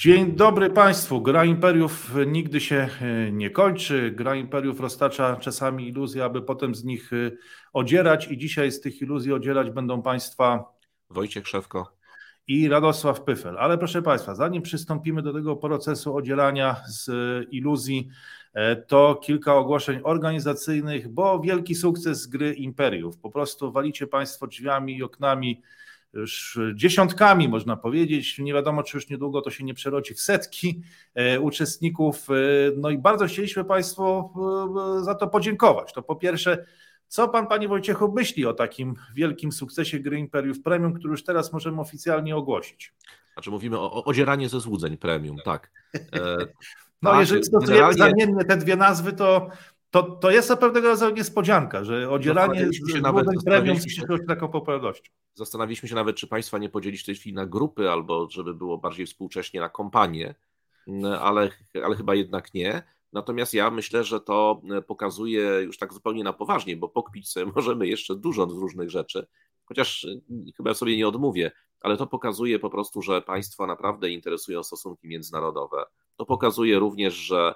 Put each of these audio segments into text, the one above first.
Dzień dobry Państwu. Gra imperiów nigdy się nie kończy. Gra imperiów roztacza czasami iluzje, aby potem z nich odzierać i dzisiaj z tych iluzji odzierać będą Państwa Wojciech Szewko i Radosław Pyfel. Ale proszę Państwa, zanim przystąpimy do tego procesu odzierania z iluzji, to kilka ogłoszeń organizacyjnych, bo wielki sukces gry imperiów. Po prostu walicie Państwo drzwiami i oknami już dziesiątkami, można powiedzieć. Nie wiadomo, czy już niedługo to się nie przerodzi w setki uczestników. No i bardzo chcieliśmy Państwu za to podziękować. To po pierwsze, co Pan, Panie Wojciechu, myśli o takim wielkim sukcesie gry Imperiów Premium, który już teraz możemy oficjalnie ogłosić? Znaczy mówimy o odzieranie ze złudzeń premium, tak. No tak, jeżeli stosujemy zamiennie te dwie nazwy, to jest to pewnego rodzaju niespodzianka, że odzieranie złudzeń premium cieszyło się taką popularnością. Zastanawialiśmy się nawet, czy Państwa nie podzielić w tej chwili na grupy, albo żeby było bardziej współcześnie na kompanie, ale chyba jednak nie. Natomiast ja myślę, że to pokazuje już tak zupełnie na poważnie, bo pokpić sobie możemy jeszcze dużo z różnych rzeczy, chociaż chyba sobie nie odmówię, ale to pokazuje po prostu, że państwa naprawdę interesują stosunki międzynarodowe. To pokazuje również, że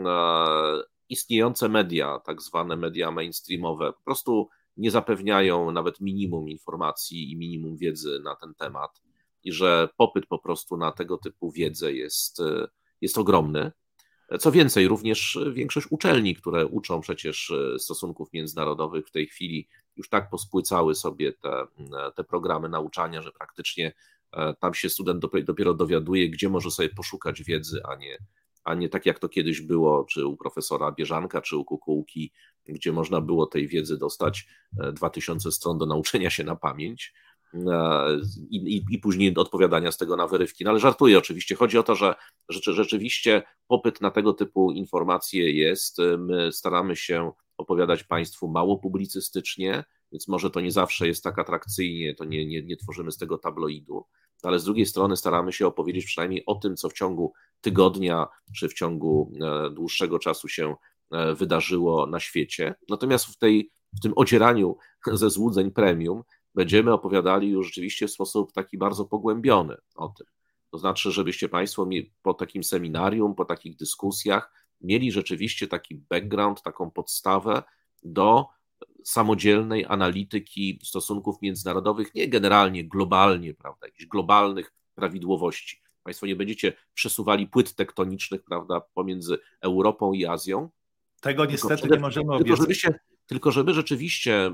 istniejące media, tak zwane media mainstreamowe, po prostu nie zapewniają nawet minimum informacji i minimum wiedzy na ten temat i że popyt po prostu na tego typu wiedzę jest ogromny. Co więcej, również większość uczelni, które uczą przecież stosunków międzynarodowych w tej chwili już tak pospłycały sobie te programy nauczania, że praktycznie tam się student dopiero dowiaduje, gdzie może sobie poszukać wiedzy, a nie tak jak to kiedyś było, czy u profesora Bieżanka, czy u Kukułki, gdzie można było tej wiedzy dostać 2000 stron do nauczenia się na pamięć i później odpowiadania z tego na wyrywki. No ale żartuję oczywiście. Chodzi o to, że rzeczywiście popyt na tego typu informacje jest. My staramy się opowiadać Państwu mało publicystycznie, więc może to nie zawsze jest tak atrakcyjnie, to nie tworzymy z tego tabloidu, ale z drugiej strony staramy się opowiedzieć przynajmniej o tym, co w ciągu tygodnia czy w ciągu dłuższego czasu się wydarzyło na świecie. Natomiast w tym odzieraniu ze złudzeń premium będziemy opowiadali już rzeczywiście w sposób taki bardzo pogłębiony o tym. To znaczy, żebyście Państwo po takim seminarium, po takich dyskusjach mieli rzeczywiście taki background, taką podstawę do samodzielnej analityki stosunków międzynarodowych, nie generalnie, globalnie, prawda, jakichś globalnych prawidłowości. Państwo nie będziecie przesuwali płyt tektonicznych, prawda, pomiędzy Europą i Azją. Tego niestety nie możemy obiecać. Tylko żeby rzeczywiście,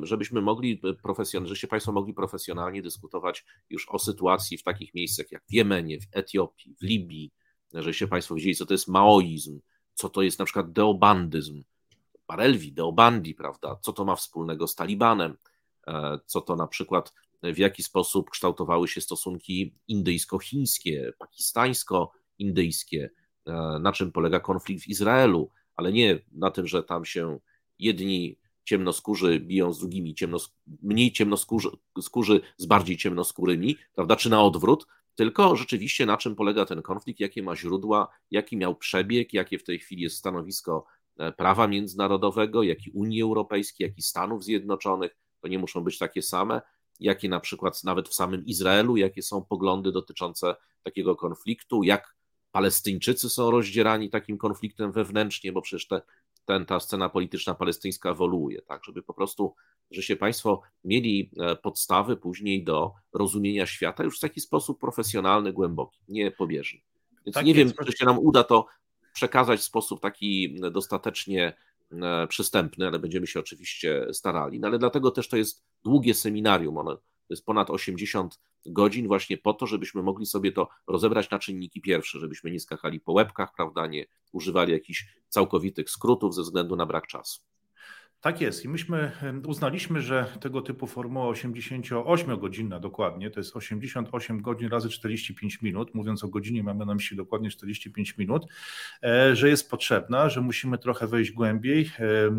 żebyście Państwo mogli profesjonalnie dyskutować już o sytuacji w takich miejscach jak w Jemenie, w Etiopii, w Libii, żebyście Państwo wiedzieli, co to jest maoizm, co to jest na przykład deobandyzm, Barelwi, Deobandi, prawda, co to ma wspólnego z Talibanem, co to na przykład, w jaki sposób kształtowały się stosunki indyjsko-chińskie, pakistańsko-indyjskie, na czym polega konflikt w Izraelu, ale nie na tym, że tam się jedni ciemnoskórzy biją z drugimi mniej ciemnoskórzy z bardziej ciemnoskórymi, prawda, czy na odwrót, tylko rzeczywiście na czym polega ten konflikt, jakie ma źródła, jaki miał przebieg, jakie w tej chwili jest stanowisko prawa międzynarodowego, jak i Unii Europejskiej, jak i Stanów Zjednoczonych, to nie muszą być takie same, jakie na przykład nawet w samym Izraelu, jakie są poglądy dotyczące takiego konfliktu, jak Palestyńczycy są rozdzierani takim konfliktem wewnętrznie, bo przecież ta scena polityczna palestyńska ewoluuje, tak, żeby po prostu, żeście Państwo mieli podstawy później do rozumienia świata już w taki sposób profesjonalny, głęboki, nie pobieżny. Więc tak nie wiem, czy się nam uda to przekazać w sposób taki dostatecznie przystępny, ale będziemy się oczywiście starali. No ale dlatego też to jest długie seminarium, ono to jest ponad 80 godzin właśnie po to, żebyśmy mogli sobie to rozebrać na czynniki pierwsze, żebyśmy nie skakali po łebkach, prawda, nie używali jakichś całkowitych skrótów ze względu na brak czasu. Tak jest i myśmy uznaliśmy, że tego typu formuła 88-godzinna dokładnie, to jest 88 godzin razy 45 minut, mówiąc o godzinie mamy na myśli dokładnie 45 minut, że jest potrzebna, że musimy trochę wejść głębiej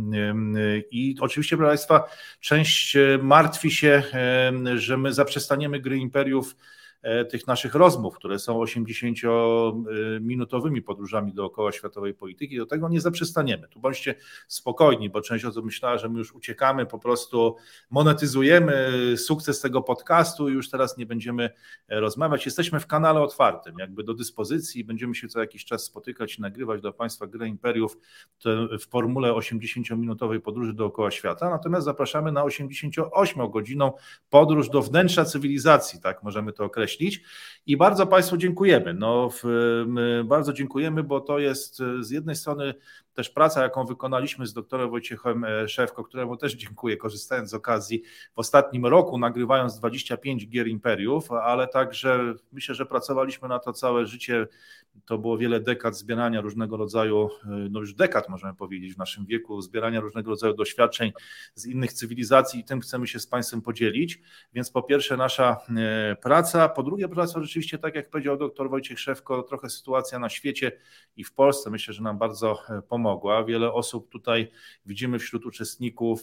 i oczywiście, proszę Państwa, część martwi się, że my zaprzestaniemy gry imperiów tych naszych rozmów, które są 80-minutowymi podróżami dookoła światowej polityki. Do tego nie zaprzestaniemy. Tu bądźcie spokojni, bo część osób myślała, że my już uciekamy, po prostu monetyzujemy sukces tego podcastu i już teraz nie będziemy rozmawiać. Jesteśmy w kanale otwartym, jakby do dyspozycji. Będziemy się co jakiś czas spotykać i nagrywać dla Państwa Grę Imperiów w formule 80-minutowej podróży dookoła świata. Natomiast zapraszamy na 88-godzinną podróż do wnętrza cywilizacji, tak możemy to określić. I bardzo Państwu dziękujemy. Bardzo dziękujemy, bo to jest z jednej strony też praca, jaką wykonaliśmy z doktorem Wojciechem Szewko, któremu też dziękuję, korzystając z okazji w ostatnim roku, nagrywając 25 gier Imperiów, ale także myślę, że pracowaliśmy na to całe życie. To było wiele dekad zbierania różnego rodzaju, no już dekad możemy powiedzieć w naszym wieku, zbierania różnego rodzaju doświadczeń z innych cywilizacji i tym chcemy się z Państwem podzielić. Więc po pierwsze nasza praca, po drugie praca rzeczywiście, tak jak powiedział dr Wojciech Szewko, trochę sytuacja na świecie i w Polsce myślę, że nam bardzo pomogła. Wiele osób tutaj widzimy wśród uczestników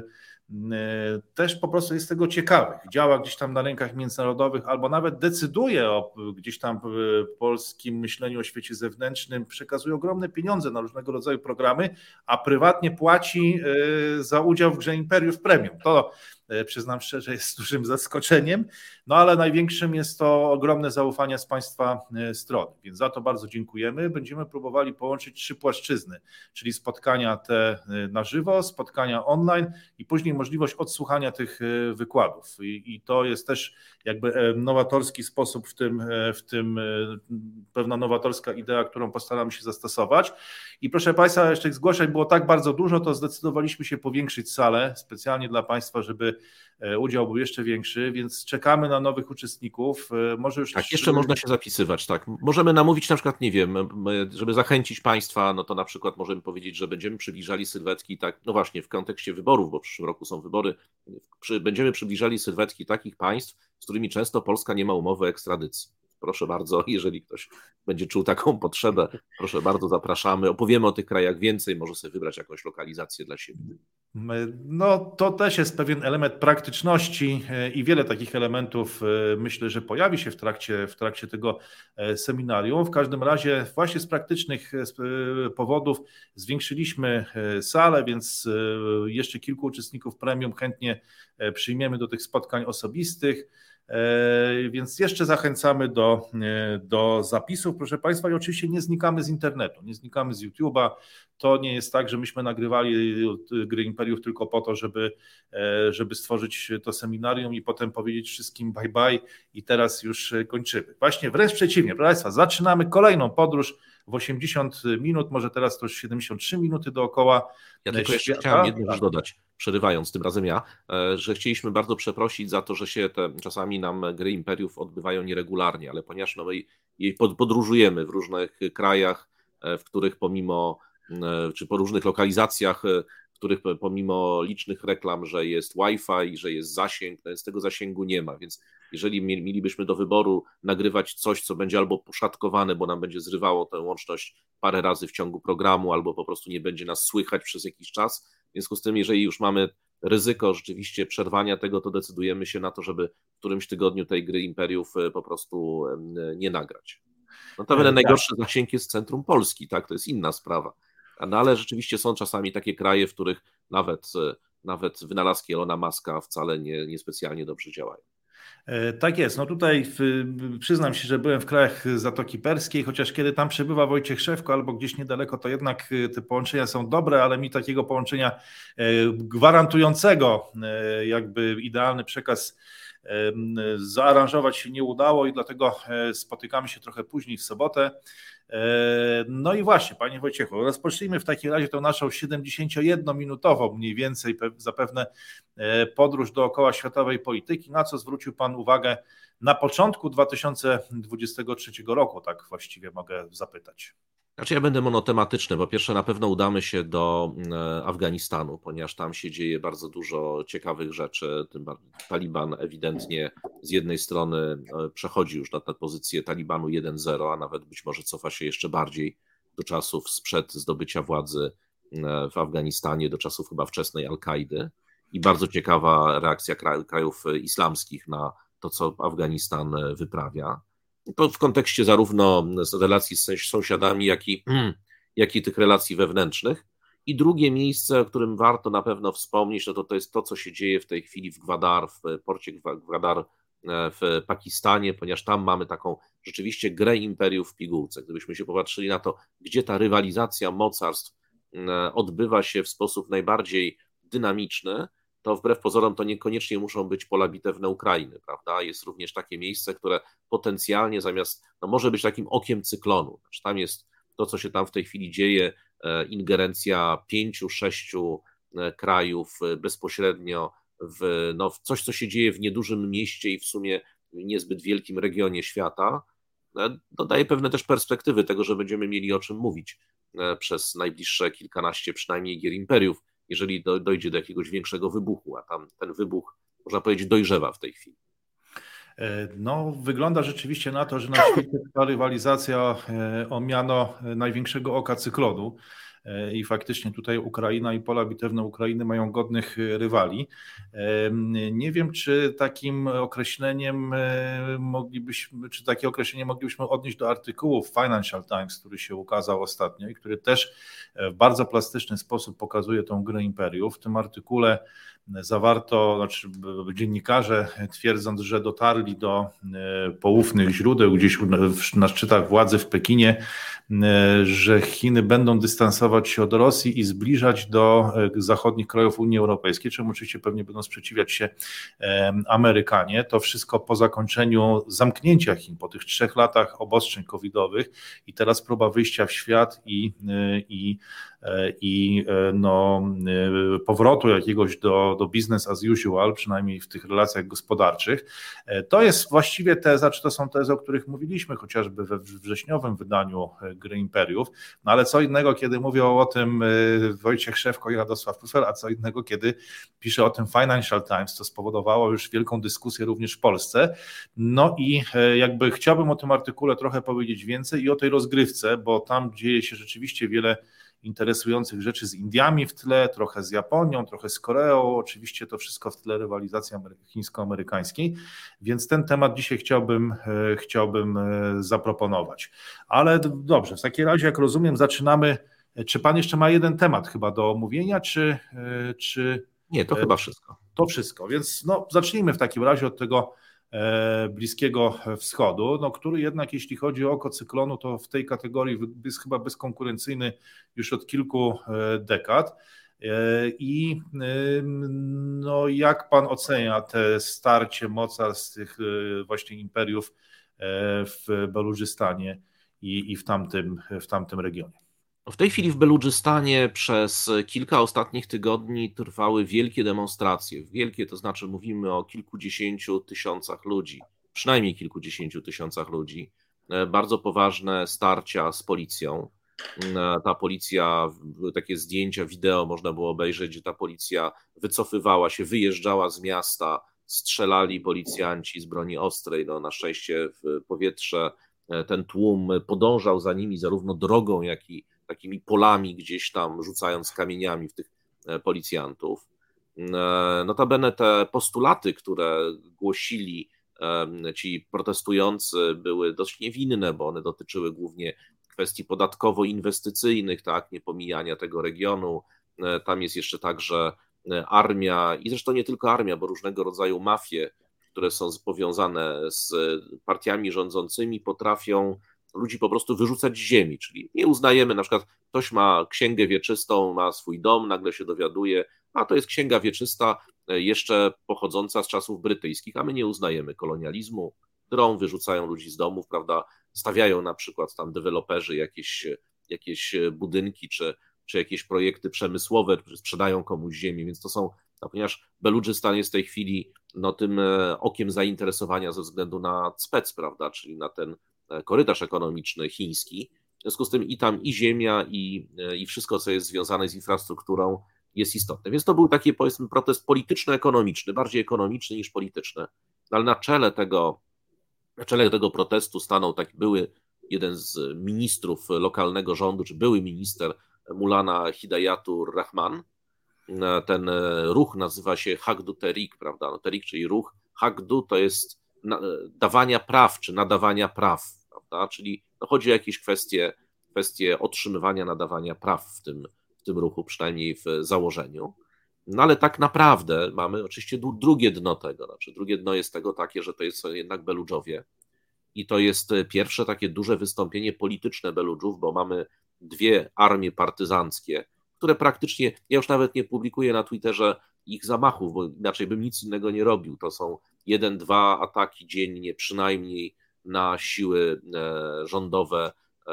też po prostu jest tego ciekawych, działa gdzieś tam na rynkach międzynarodowych albo nawet decyduje o gdzieś tam polskim myśleniu o świecie zewnętrznym, przekazuje ogromne pieniądze na różnego rodzaju programy, a prywatnie płaci za udział w grze Imperiów Premium. To przyznam szczerze, jest dużym zaskoczeniem, no ale największym jest to ogromne zaufanie z Państwa strony, więc za to bardzo dziękujemy. Będziemy próbowali połączyć 3 płaszczyzny, czyli spotkania te na żywo, spotkania online i później możliwość odsłuchania tych wykładów i to jest też jakby nowatorski sposób w tym pewna nowatorska idea, którą postaramy się zastosować. I proszę Państwa, jeszcze zgłoszeń było tak bardzo dużo, to zdecydowaliśmy się powiększyć salę specjalnie dla Państwa, żeby udział był jeszcze większy, więc czekamy na nowych uczestników. Może już tak, jeszcze można się zapisywać, tak. Możemy namówić na przykład, nie wiem, żeby zachęcić Państwa, no to na przykład możemy powiedzieć, że będziemy przybliżali sylwetki, tak, no właśnie w kontekście wyborów, bo w przyszłym roku są wybory, będziemy przybliżali sylwetki takich państw, z którymi często Polska nie ma umowy o ekstradycji. Proszę bardzo, jeżeli ktoś będzie czuł taką potrzebę, proszę bardzo, zapraszamy. Opowiemy o tych krajach więcej, może sobie wybrać jakąś lokalizację dla siebie. No to też jest pewien element praktyczności i wiele takich elementów myślę, że pojawi się w trakcie tego seminarium. W każdym razie właśnie z praktycznych powodów zwiększyliśmy salę, więc jeszcze kilku uczestników premium chętnie przyjmiemy do tych spotkań osobistych. Więc jeszcze zachęcamy do zapisów, proszę Państwa, i oczywiście nie znikamy z internetu, nie znikamy z YouTube'a. To nie jest tak, że myśmy nagrywali Gry Imperiów tylko po to, żeby stworzyć to seminarium i potem powiedzieć wszystkim bye bye i teraz już kończymy. Właśnie wręcz przeciwnie, proszę Państwa, zaczynamy kolejną podróż w 80 minut, może teraz to już 73 minuty dookoła. Ja tylko jeszcze chciałem jedną rzecz dodać, przerywając tym razem że chcieliśmy bardzo przeprosić za to, że się czasami nam Gry Imperiów odbywają nieregularnie, ale ponieważ podróżujemy w różnych krajach, w których czy po różnych lokalizacjach, w których pomimo licznych reklam, że jest Wi-Fi, że jest zasięg, to tego zasięgu nie ma, więc jeżeli mielibyśmy do wyboru nagrywać coś, co będzie albo poszatkowane, bo nam będzie zrywało tę łączność parę razy w ciągu programu, albo po prostu nie będzie nas słychać przez jakiś czas, w związku z tym, jeżeli już mamy ryzyko rzeczywiście przerwania tego, to decydujemy się na to, żeby w którymś tygodniu tej Gry Imperiów po prostu nie nagrać. Notabene najgorszy zasięg jest w centrum Polski, tak, to jest inna sprawa. No ale rzeczywiście są czasami takie kraje, w których nawet wynalazki Elona Muska wcale niespecjalnie dobrze działają. Tak jest. No tutaj przyznam się, że byłem w krajach Zatoki Perskiej, chociaż kiedy tam przebywa Wojciech Szewko albo gdzieś niedaleko, to jednak te połączenia są dobre, ale mi takiego połączenia gwarantującego jakby idealny przekaz zaaranżować się nie udało i dlatego spotykamy się trochę później w sobotę. No i właśnie, Panie Wojciechu, rozpocznijmy w takim razie tą naszą 71-minutową mniej więcej zapewne podróż dookoła światowej polityki, na co zwrócił Pan uwagę na początku 2023 roku, tak właściwie mogę zapytać. Znaczy ja będę monotematyczny. Po pierwsze na pewno udamy się do Afganistanu, ponieważ tam się dzieje bardzo dużo ciekawych rzeczy. Taliban ewidentnie z jednej strony przechodzi już na tę pozycję Talibanu 1.0, a nawet być może cofa się jeszcze bardziej do czasów sprzed zdobycia władzy w Afganistanie, do czasów chyba wczesnej Al-Kaidy. I bardzo ciekawa reakcja krajów islamskich to, co Afganistan wyprawia. To w kontekście zarówno relacji z sąsiadami, jak i tych relacji wewnętrznych. I drugie miejsce, o którym warto na pewno wspomnieć, no to jest to, co się dzieje w tej chwili w Gwadar, w porcie Gwadar w Pakistanie, ponieważ tam mamy taką rzeczywiście grę imperiów w pigułce. Gdybyśmy się popatrzyli na to, gdzie ta rywalizacja mocarstw odbywa się w sposób najbardziej dynamiczny, to wbrew pozorom to niekoniecznie muszą być pola bitewne Ukrainy, prawda? Jest również takie miejsce, które potencjalnie może być takim okiem cyklonu. Znaczy, tam jest to, co się tam w tej chwili dzieje, ingerencja 5-6 krajów bezpośrednio w coś, co się dzieje w niedużym mieście i w sumie niezbyt wielkim regionie świata, daje pewne też perspektywy tego, że będziemy mieli o czym mówić przez najbliższe kilkanaście przynajmniej gier imperiów, jeżeli dojdzie do jakiegoś większego wybuchu, a tam ten wybuch, można powiedzieć, dojrzewa w tej chwili. No, wygląda rzeczywiście na to, że na świecie ta rywalizacja o miano największego oka cyklonu i faktycznie tutaj Ukraina i pola bitewne Ukrainy mają godnych rywali. Nie wiem, czy takim określeniem moglibyśmy odnieść do artykułu w Financial Times, który się ukazał ostatnio i który też w bardzo plastyczny sposób pokazuje tą grę imperiów. W tym artykule dziennikarze, twierdząc, że dotarli do poufnych źródeł gdzieś na szczytach władzy w Pekinie, że Chiny będą dystansować się od Rosji i zbliżać do zachodnich krajów Unii Europejskiej, czemu oczywiście pewnie będą sprzeciwiać się Amerykanie. To wszystko po zakończeniu zamknięcia Chin, po tych 3 latach obostrzeń covidowych i teraz próba wyjścia w świat i powrotu jakiegoś do business as usual, przynajmniej w tych relacjach gospodarczych. To jest właściwie teza, czy to są tezy, o których mówiliśmy chociażby we wrześniowym wydaniu Gry Imperiów, no ale co innego, kiedy mówią o tym Wojciech Szewko i Radosław Pyfel, a co innego, kiedy pisze o tym Financial Times, co spowodowało już wielką dyskusję również w Polsce. No i jakby chciałbym o tym artykule trochę powiedzieć więcej i o tej rozgrywce, bo tam dzieje się rzeczywiście wiele interesujących rzeczy z Indiami w tle, trochę z Japonią, trochę z Koreą, oczywiście to wszystko w tle rywalizacji chińsko-amerykańskiej, więc ten temat dzisiaj chciałbym zaproponować. Ale dobrze, w takim razie, jak rozumiem, zaczynamy. Czy pan jeszcze ma jeden temat chyba do omówienia, czy... Nie, to chyba wszystko. To wszystko, więc zacznijmy w takim razie od tego Bliskiego Wschodu, który jednak jeśli chodzi o oko cyklonu, to w tej kategorii jest chyba bezkonkurencyjny już od kilku dekad. I jak pan ocenia te starcie mocarstw tych właśnie imperiów w Beludżystanie i w tamtym regionie? W tej chwili w Beludżystanie przez kilka ostatnich tygodni trwały wielkie demonstracje. Wielkie to znaczy mówimy o kilkudziesięciu tysiącach ludzi, przynajmniej kilkudziesięciu tysiącach ludzi. Bardzo poważne starcia z policją. Ta policja, takie zdjęcia, wideo można było obejrzeć, gdzie ta policja wycofywała się, wyjeżdżała z miasta, strzelali policjanci z broni ostrej. Na szczęście w powietrze ten tłum podążał za nimi zarówno drogą, jak i takimi polami gdzieś tam, rzucając kamieniami w tych policjantów. Notabene te postulaty, które głosili ci protestujący, były dość niewinne, bo one dotyczyły głównie kwestii podatkowo-inwestycyjnych, tak, niepomijania tego regionu. Tam jest jeszcze także armia i zresztą nie tylko armia, bo różnego rodzaju mafie, które są powiązane z partiami rządzącymi, potrafią ludzi po prostu wyrzucać z ziemi, czyli nie uznajemy, na przykład ktoś ma księgę wieczystą, ma swój dom, nagle się dowiaduje, a to jest księga wieczysta jeszcze pochodząca z czasów brytyjskich, a my nie uznajemy kolonializmu, drą, wyrzucają ludzi z domów, prawda, stawiają na przykład tam deweloperzy jakieś budynki czy jakieś projekty przemysłowe, sprzedają komuś ziemię, więc to są, ponieważ Beludżystan jest w tej chwili tym okiem zainteresowania ze względu na CPEC, prawda, czyli na ten korytarz ekonomiczny chiński. W związku z tym i tam i ziemia, i wszystko, co jest związane z infrastrukturą, jest istotne. Więc to był taki, powiedzmy, protest polityczno-ekonomiczny, bardziej ekonomiczny niż polityczny. Ale na czele tego protestu stanął były jeden z ministrów lokalnego rządu, czy były minister Mulana Hidayatur Rahman. Ten ruch nazywa się Hagdu Tehrik, prawda? Tehrik, czyli ruch. Hagdu to jest dawania praw czy nadawania praw, prawda? Czyli chodzi o jakieś kwestie otrzymywania, nadawania praw w tym ruchu, przynajmniej w założeniu. No ale tak naprawdę mamy oczywiście drugie dno tego. Znaczy, drugie dno jest tego takie, że to są jednak Beludżowie i to jest pierwsze takie duże wystąpienie polityczne Beludżów, bo mamy dwie armie partyzanckie, które praktycznie, ja już nawet nie publikuję na Twitterze ich zamachów, bo inaczej bym nic innego nie robił. To są 1-2 ataki dziennie przynajmniej na siły rządowe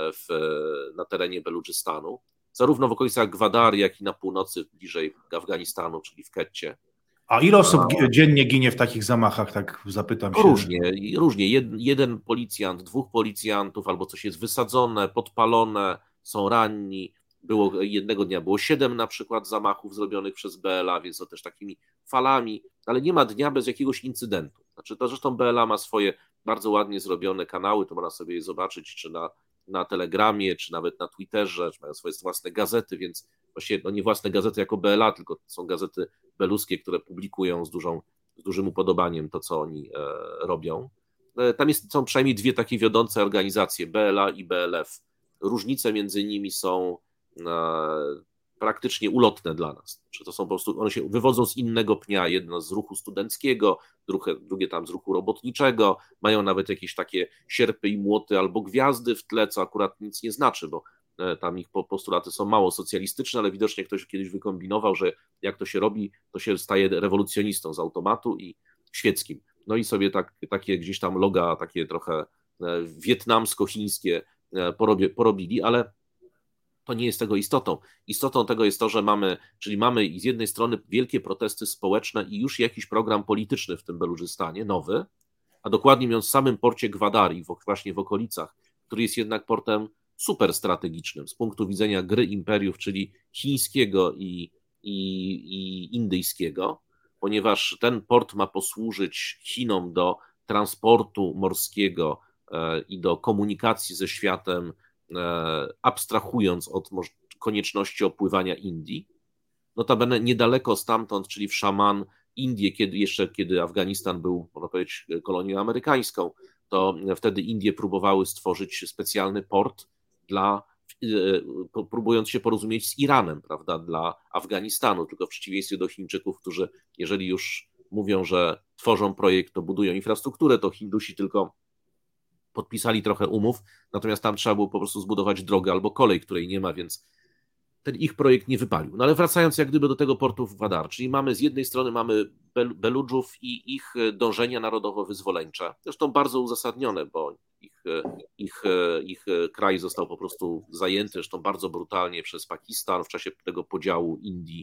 na terenie Beludżystanu, zarówno w okolicach Gwadary, jak i na północy, bliżej Afganistanu, czyli w Ketcie. A ile osób dziennie ginie w takich zamachach, tak zapytam się? Różnie. Jeden policjant, dwóch policjantów, albo coś jest wysadzone, podpalone, są ranni. Jednego dnia było 7 na przykład zamachów zrobionych przez BLA, więc to też takimi falami, ale nie ma dnia bez jakiegoś incydentu. Znaczy to zresztą BLA ma swoje bardzo ładnie zrobione kanały, to można sobie je zobaczyć, czy na Telegramie, czy nawet na Twitterze, czy mają swoje własne gazety, więc właściwie nie własne gazety jako BLA, tylko są gazety beluskie, które publikują z dużym upodobaniem to, co oni robią. Tam są przynajmniej dwie takie wiodące organizacje, BLA i BLF. Różnice między nimi są praktycznie ulotne dla nas. To są po prostu, one się wywodzą z innego pnia, jedno z ruchu studenckiego, drugie tam z ruchu robotniczego, mają nawet jakieś takie sierpy i młoty albo gwiazdy w tle, co akurat nic nie znaczy, bo tam ich postulaty są mało socjalistyczne, ale widocznie ktoś kiedyś wykombinował, że jak to się robi, to się staje rewolucjonistą z automatu i świeckim. No i sobie takie gdzieś tam loga, takie trochę wietnamsko-chińskie porobili, ale to nie jest tego istotą. Istotą tego jest to, że mamy z jednej strony wielkie protesty społeczne i już jakiś program polityczny w tym Beludżystanie, nowy, a dokładnie mówiąc w samym porcie Gwadari, właśnie w okolicach, który jest jednak portem super strategicznym z punktu widzenia gry imperiów, czyli chińskiego i indyjskiego, ponieważ ten port ma posłużyć Chinom do transportu morskiego i do komunikacji ze światem, abstrahując od konieczności opływania Indii. Notabene niedaleko stamtąd, czyli w Szaman, Indie, kiedy Afganistan był, można powiedzieć, kolonią amerykańską, to wtedy Indie próbowały stworzyć specjalny port próbując się porozumieć z Iranem, prawda, dla Afganistanu, tylko w przeciwieństwie do Chińczyków, którzy jeżeli już mówią, że tworzą projekt, to budują infrastrukturę, to Hindusi tylko podpisali trochę umów, natomiast tam trzeba było po prostu zbudować drogę albo kolej, której nie ma, więc ten ich projekt nie wypalił. No ale wracając jak gdyby do tego portu w Gwadar, czyli z jednej strony mamy Beludżów i ich dążenia narodowo-wyzwoleńcze, zresztą bardzo uzasadnione, bo ich kraj został po prostu zajęty, zresztą bardzo brutalnie przez Pakistan w czasie tego podziału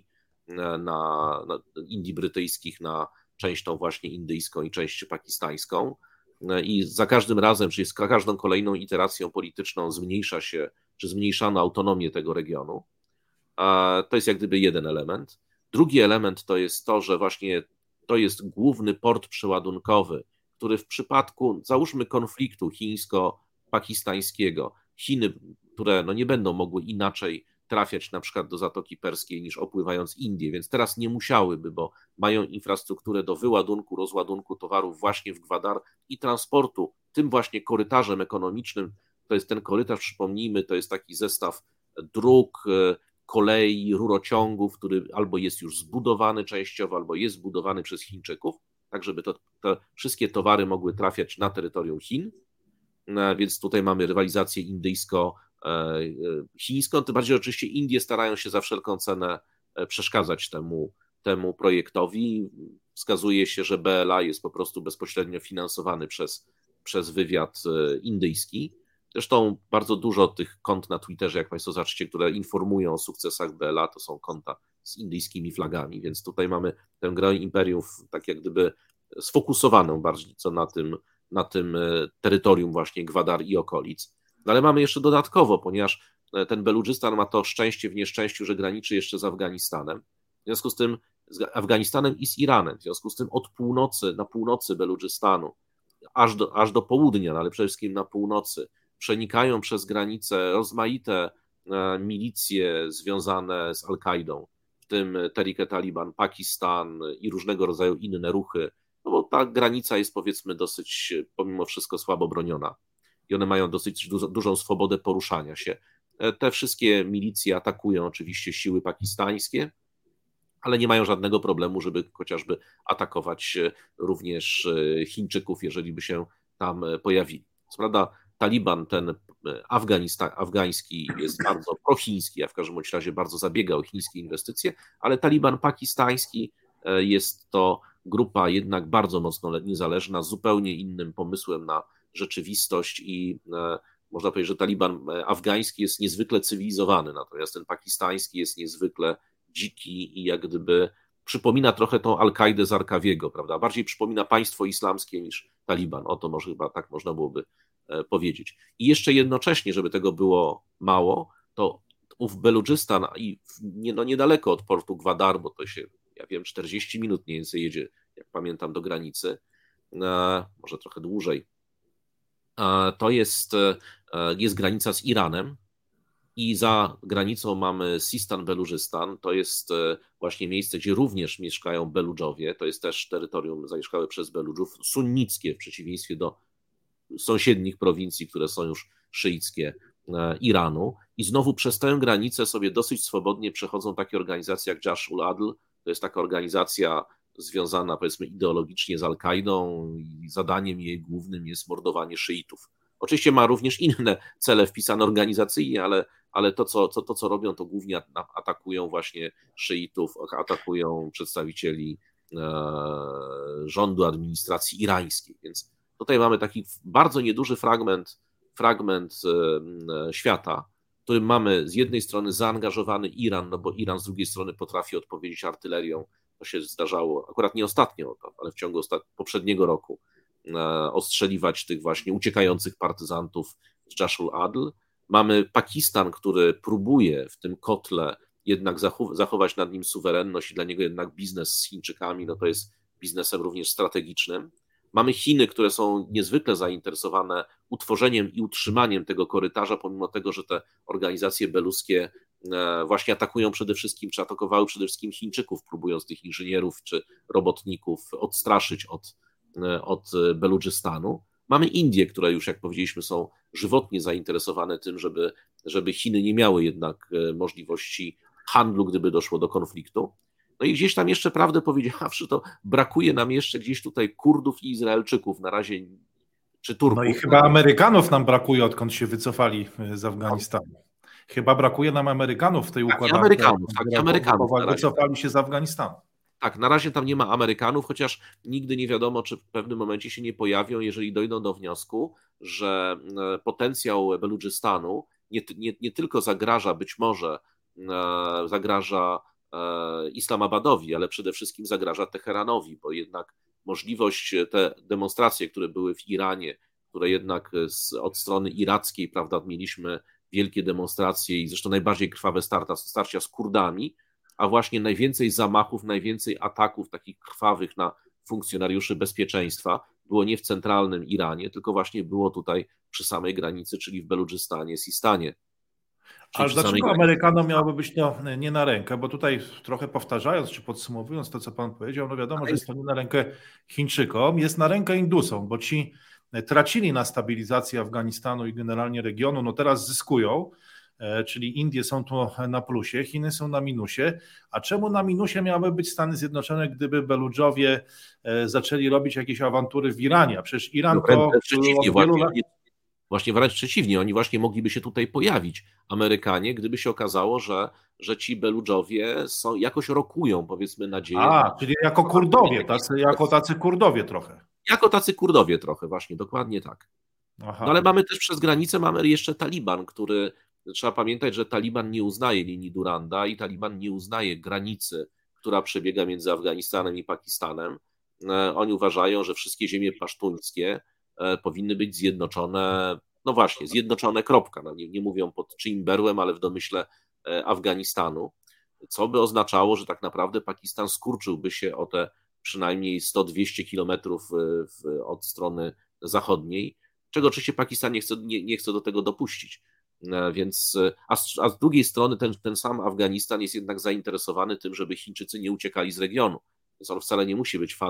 Indii brytyjskich na część tą właśnie indyjską i część pakistańską. I za każdym razem, czyli z każdą kolejną iteracją polityczną zmniejszano autonomię tego regionu. To jest jak gdyby jeden element. Drugi element to jest to, że właśnie to jest główny port przeładunkowy, który w przypadku, załóżmy, konfliktu chińsko-pakistańskiego, Chiny, które nie będą mogły inaczej trafiać na przykład do Zatoki Perskiej niż opływając Indię, więc teraz nie musiałyby, bo mają infrastrukturę do wyładunku, rozładunku towarów właśnie w Gwadar i transportu tym właśnie korytarzem ekonomicznym. To jest ten korytarz, przypomnijmy, to jest taki zestaw dróg, kolei, rurociągów, który albo jest już zbudowany częściowo, albo jest zbudowany przez Chińczyków, tak żeby te wszystkie towary mogły trafiać na terytorium Chin, więc tutaj mamy rywalizację indyjsko-chińską, tym bardziej oczywiście Indie starają się za wszelką cenę przeszkadzać temu projektowi. Wskazuje się, że BLA jest po prostu bezpośrednio finansowany przez wywiad indyjski. Zresztą bardzo dużo tych kont na Twitterze, jak Państwo zobaczycie, które informują o sukcesach BLA, to są konta z indyjskimi flagami, więc tutaj mamy tę grę imperiów tak jak gdyby sfokusowaną bardziej co na tym terytorium właśnie Gwadar i okolic. No ale mamy jeszcze dodatkowo, ponieważ ten Beludżystan ma to szczęście w nieszczęściu, że graniczy jeszcze z Afganistanem, w związku z tym z Afganistanem i z Iranem, w związku z tym od północy, na północy Beludżystanu, aż do południa, no ale przede wszystkim na północy, przenikają przez granicę rozmaite milicje związane z Al-Kaidą, w tym Tehrik-e-Taliban, Pakistan i różnego rodzaju inne ruchy no bo ta granica jest powiedzmy dosyć pomimo wszystko słabo broniona i one mają dosyć dużą swobodę poruszania się. Te wszystkie milicje atakują oczywiście siły pakistańskie, ale nie mają żadnego problemu, żeby chociażby atakować również Chińczyków, jeżeli by się tam pojawili. Co prawda Taliban ten afgański jest bardzo prochiński, a w każdym razie bardzo zabiega o chińskie inwestycje, ale Taliban pakistański jest to grupa jednak bardzo mocno niezależna, z zupełnie innym pomysłem na rzeczywistość i można powiedzieć, że Taliban afgański jest niezwykle cywilizowany, natomiast ten pakistański jest niezwykle dziki i jak gdyby przypomina trochę tą Al-Kaidę z Arkawiego, prawda? Bardziej przypomina państwo islamskie niż Taliban. O to może chyba tak można byłoby powiedzieć. I jeszcze jednocześnie, żeby tego było mało, to ów Beludżystan i niedaleko od portu Gwadar, bo to się, ja wiem, 40 minut mniej więcej jedzie, jak pamiętam, do granicy, może trochę dłużej. To jest granica z Iranem i za granicą mamy Sistan-Belużystan, to jest właśnie miejsce, gdzie również mieszkają Beludżowie, to jest też terytorium zamieszkałe przez Beludżów, sunnickie w przeciwieństwie do sąsiednich prowincji, które są już szyickie Iranu i znowu przez tę granicę sobie dosyć swobodnie przechodzą takie organizacje jak Jaish ul-Adl, to jest taka organizacja związana powiedzmy ideologicznie z Al-Kaidą i zadaniem jej głównym jest mordowanie szyitów. Oczywiście ma również inne cele wpisane organizacyjnie, ale to, co robią, to głównie atakują właśnie szyitów, atakują przedstawicieli rządu administracji irańskiej. Więc tutaj mamy taki bardzo nieduży fragment świata, w którym mamy z jednej strony zaangażowany Iran, no bo Iran z drugiej strony potrafi odpowiedzieć artylerią. To się zdarzało akurat nie ostatnio, ale w ciągu poprzedniego roku ostrzeliwać tych właśnie uciekających partyzantów z Jaish ul-Adl. Mamy Pakistan, który próbuje w tym kotle jednak zachować nad nim suwerenność i dla niego jednak biznes z Chińczykami, no to jest biznesem również strategicznym. Mamy Chiny, które są niezwykle zainteresowane utworzeniem i utrzymaniem tego korytarza, pomimo tego, że te organizacje beluskie właśnie atakują przede wszystkim, czy atakowały przede wszystkim Chińczyków, próbując tych inżynierów czy robotników odstraszyć od Beludżystanu. Mamy Indie, które już, jak powiedzieliśmy, są żywotnie zainteresowane tym, żeby Chiny nie miały jednak możliwości handlu, gdyby doszło do konfliktu. No i gdzieś tam jeszcze, prawdę powiedziawszy, to brakuje nam jeszcze gdzieś tutaj Kurdów i Izraelczyków na razie, czy Turków. No i chyba Amerykanów nam brakuje, odkąd się wycofali z Afganistanu. Chyba brakuje nam Amerykanów w tej układance. Amerykanów. Wycofali się z Afganistanu. Tak, na razie tam nie ma Amerykanów, chociaż nigdy nie wiadomo, czy w pewnym momencie się nie pojawią, jeżeli dojdą do wniosku, że potencjał Beludżystanu nie tylko zagraża, być może zagraża Islamabadowi, ale przede wszystkim zagraża Teheranowi, bo jednak możliwość, te demonstracje, które były w Iranie, które jednak od strony irackiej, prawda, mieliśmy wielkie demonstracje i zresztą najbardziej krwawe starcia z Kurdami, a właśnie najwięcej zamachów, najwięcej ataków takich krwawych na funkcjonariuszy bezpieczeństwa było nie w centralnym Iranie, tylko właśnie było tutaj przy samej granicy, czyli w Beludżystanie, Sistanie. Ale dlaczego Amerykanom miałoby być to nie na rękę? Bo tutaj trochę powtarzając czy podsumowując to, co pan powiedział, no wiadomo, że jest to nie na rękę Chińczykom, jest na rękę Indusom, bo ci tracili na stabilizacji Afganistanu i generalnie regionu, no teraz zyskują, czyli Indie są tu na plusie, Chiny są na minusie. A czemu na minusie miały być Stany Zjednoczone, gdyby Beludżowie zaczęli robić jakieś awantury w Iranie? A przecież Iran to od wielu lat... Właśnie wręcz przeciwnie, oni właśnie mogliby się tutaj pojawić, Amerykanie, gdyby się okazało, że ci Beludżowie jakoś rokują, powiedzmy, nadzieję. Czyli jako Kurdowie, tacy Kurdowie trochę. Jako tacy Kurdowie trochę, właśnie, dokładnie tak. Aha. No ale mamy też przez granicę, mamy jeszcze Taliban, który, trzeba pamiętać, że Taliban nie uznaje linii Duranda i Taliban nie uznaje granicy, która przebiega między Afganistanem i Pakistanem. Oni uważają, że wszystkie ziemie pasztuńskie powinny być zjednoczone, no właśnie, zjednoczone, kropka. No nie mówią pod czyim berłem, ale w domyśle Afganistanu, co by oznaczało, że tak naprawdę Pakistan skurczyłby się o te przynajmniej 100-200 kilometrów od strony zachodniej, czego oczywiście Pakistan nie chce do tego dopuścić. Więc, a z drugiej strony ten sam Afganistan jest jednak zainteresowany tym, żeby Chińczycy nie uciekali z regionu. Więc on wcale nie musi być fanem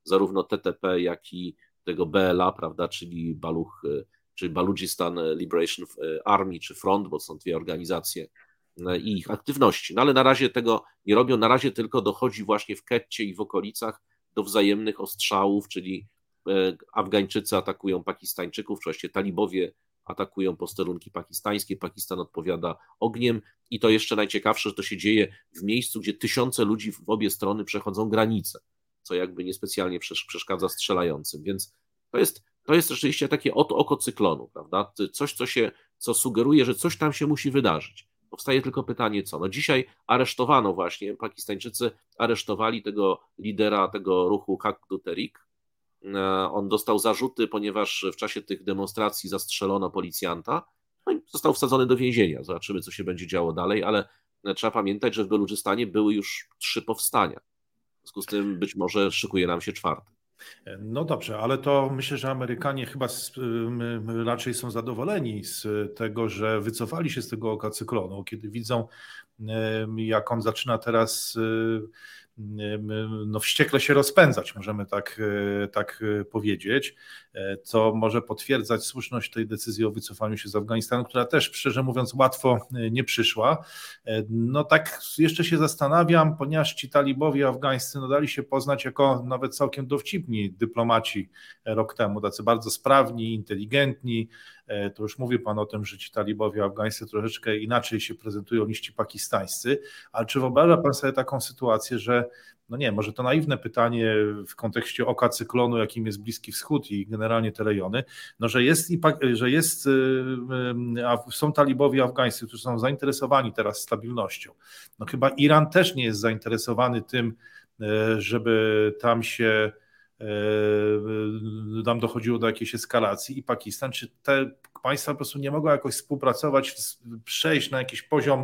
zarówno TTP, jak i tego BLA, prawda, czyli Balujistan Liberation Army, czy Front, bo są dwie organizacje i ich aktywności. No ale na razie tego nie robią, na razie tylko dochodzi właśnie w Ketcie i w okolicach do wzajemnych ostrzałów, czyli Afgańczycy atakują Pakistańczyków, czy właściwie talibowie atakują posterunki pakistańskie, Pakistan odpowiada ogniem i to jeszcze najciekawsze, że to się dzieje w miejscu, gdzie tysiące ludzi w obie strony przechodzą granicę, co jakby niespecjalnie przeszkadza strzelającym, więc to jest rzeczywiście takie oko cyklonu, prawda? Coś, co sugeruje, że coś tam się musi wydarzyć. Powstaje tylko pytanie, co? No dzisiaj aresztowano właśnie, Pakistańczycy aresztowali tego lidera tego ruchu Haq du Tehrik. On dostał zarzuty, ponieważ w czasie tych demonstracji zastrzelono policjanta, no i został wsadzony do więzienia. Zobaczymy, co się będzie działo dalej, ale trzeba pamiętać, że w Beludżystanie były już 3 powstania. W związku z tym być może szykuje nam się 4. No dobrze, ale to myślę, że Amerykanie chyba raczej są zadowoleni z tego, że wycofali się z tego oka cyklonu, kiedy widzą, jak on zaczyna teraz no, wściekle się rozpędzać, możemy tak powiedzieć, co może potwierdzać słuszność tej decyzji o wycofaniu się z Afganistanu, która też, szczerze mówiąc, łatwo nie przyszła. No tak jeszcze się zastanawiam, ponieważ ci talibowie afgańscy no, dali się poznać jako nawet całkiem dowcipni dyplomaci rok temu, tacy bardzo sprawni, inteligentni. To już mówił pan o tym, że ci talibowie afgańscy troszeczkę inaczej się prezentują niż ci pakistańscy, ale czy wyobraża pan sobie taką sytuację, że no nie, może to naiwne pytanie w kontekście oka cyklonu, jakim jest Bliski Wschód i generalnie te rejony, no są talibowie afgańscy, którzy są zainteresowani teraz stabilnością. No chyba Iran też nie jest zainteresowany tym, żeby tam dochodziło do jakiejś eskalacji i Pakistan, czy te państwa po prostu nie mogą jakoś współpracować, przejść na jakiś poziom,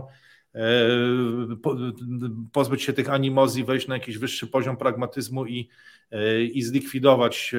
pozbyć się tych animozji, wejść na jakiś wyższy poziom pragmatyzmu i zlikwidować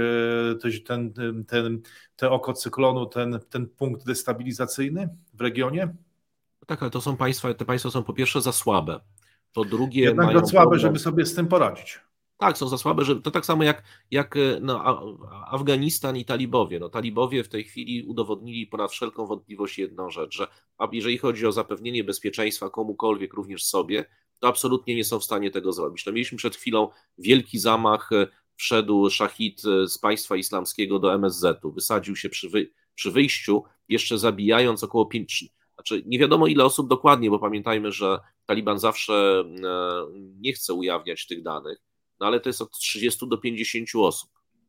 te oko cyklonu, ten punkt destabilizacyjny w regionie? Tak, ale te państwa są po pierwsze za słabe, po drugie Jednak mają za słabe, problem, żeby sobie z tym poradzić. Tak, są za słabe, że to tak samo jak no, Afganistan i talibowie. No, talibowie w tej chwili udowodnili ponad wszelką wątpliwość jedną rzecz, że jeżeli chodzi o zapewnienie bezpieczeństwa komukolwiek, również sobie, to absolutnie nie są w stanie tego zrobić. No, mieliśmy przed chwilą wielki zamach, wszedł szachid z państwa islamskiego do MSZ-u, wysadził się przy wyjściu, jeszcze zabijając około 5, znaczy nie wiadomo ile osób dokładnie, bo pamiętajmy, że Taliban zawsze nie chce ujawniać tych danych, no ale to jest od 30 do 50 osób,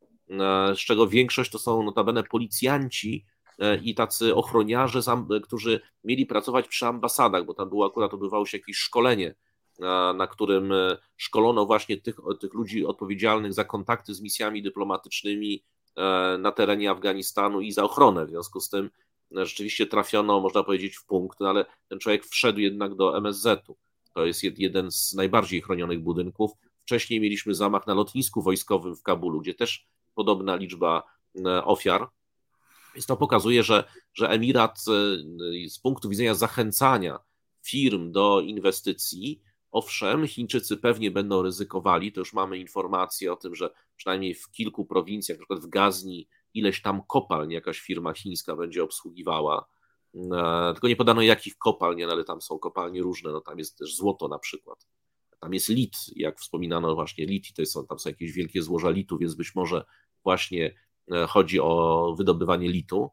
z czego większość to są notabene policjanci i tacy ochroniarze, którzy mieli pracować przy ambasadach, bo tam odbywało się jakieś szkolenie, na którym szkolono właśnie tych ludzi odpowiedzialnych za kontakty z misjami dyplomatycznymi na terenie Afganistanu i za ochronę. W związku z tym rzeczywiście trafiono, można powiedzieć, w punkt, no ale ten człowiek wszedł jednak do MSZ-u. To jest jeden z najbardziej chronionych budynków. Wcześniej mieliśmy zamach na lotnisku wojskowym w Kabulu, gdzie też podobna liczba ofiar. Więc to pokazuje, że Emirat z punktu widzenia zachęcania firm do inwestycji, owszem, Chińczycy pewnie będą ryzykowali, to już mamy informacje o tym, że przynajmniej w kilku prowincjach, na przykład w Gazni, ileś tam kopalń jakaś firma chińska będzie obsługiwała. Tylko nie podano jakich kopalń, ale tam są kopalnie różne, no tam jest też złoto na przykład. Tam jest lit, jak wspominano właśnie lit, tam są jakieś wielkie złoża litu, więc być może właśnie chodzi o wydobywanie litu.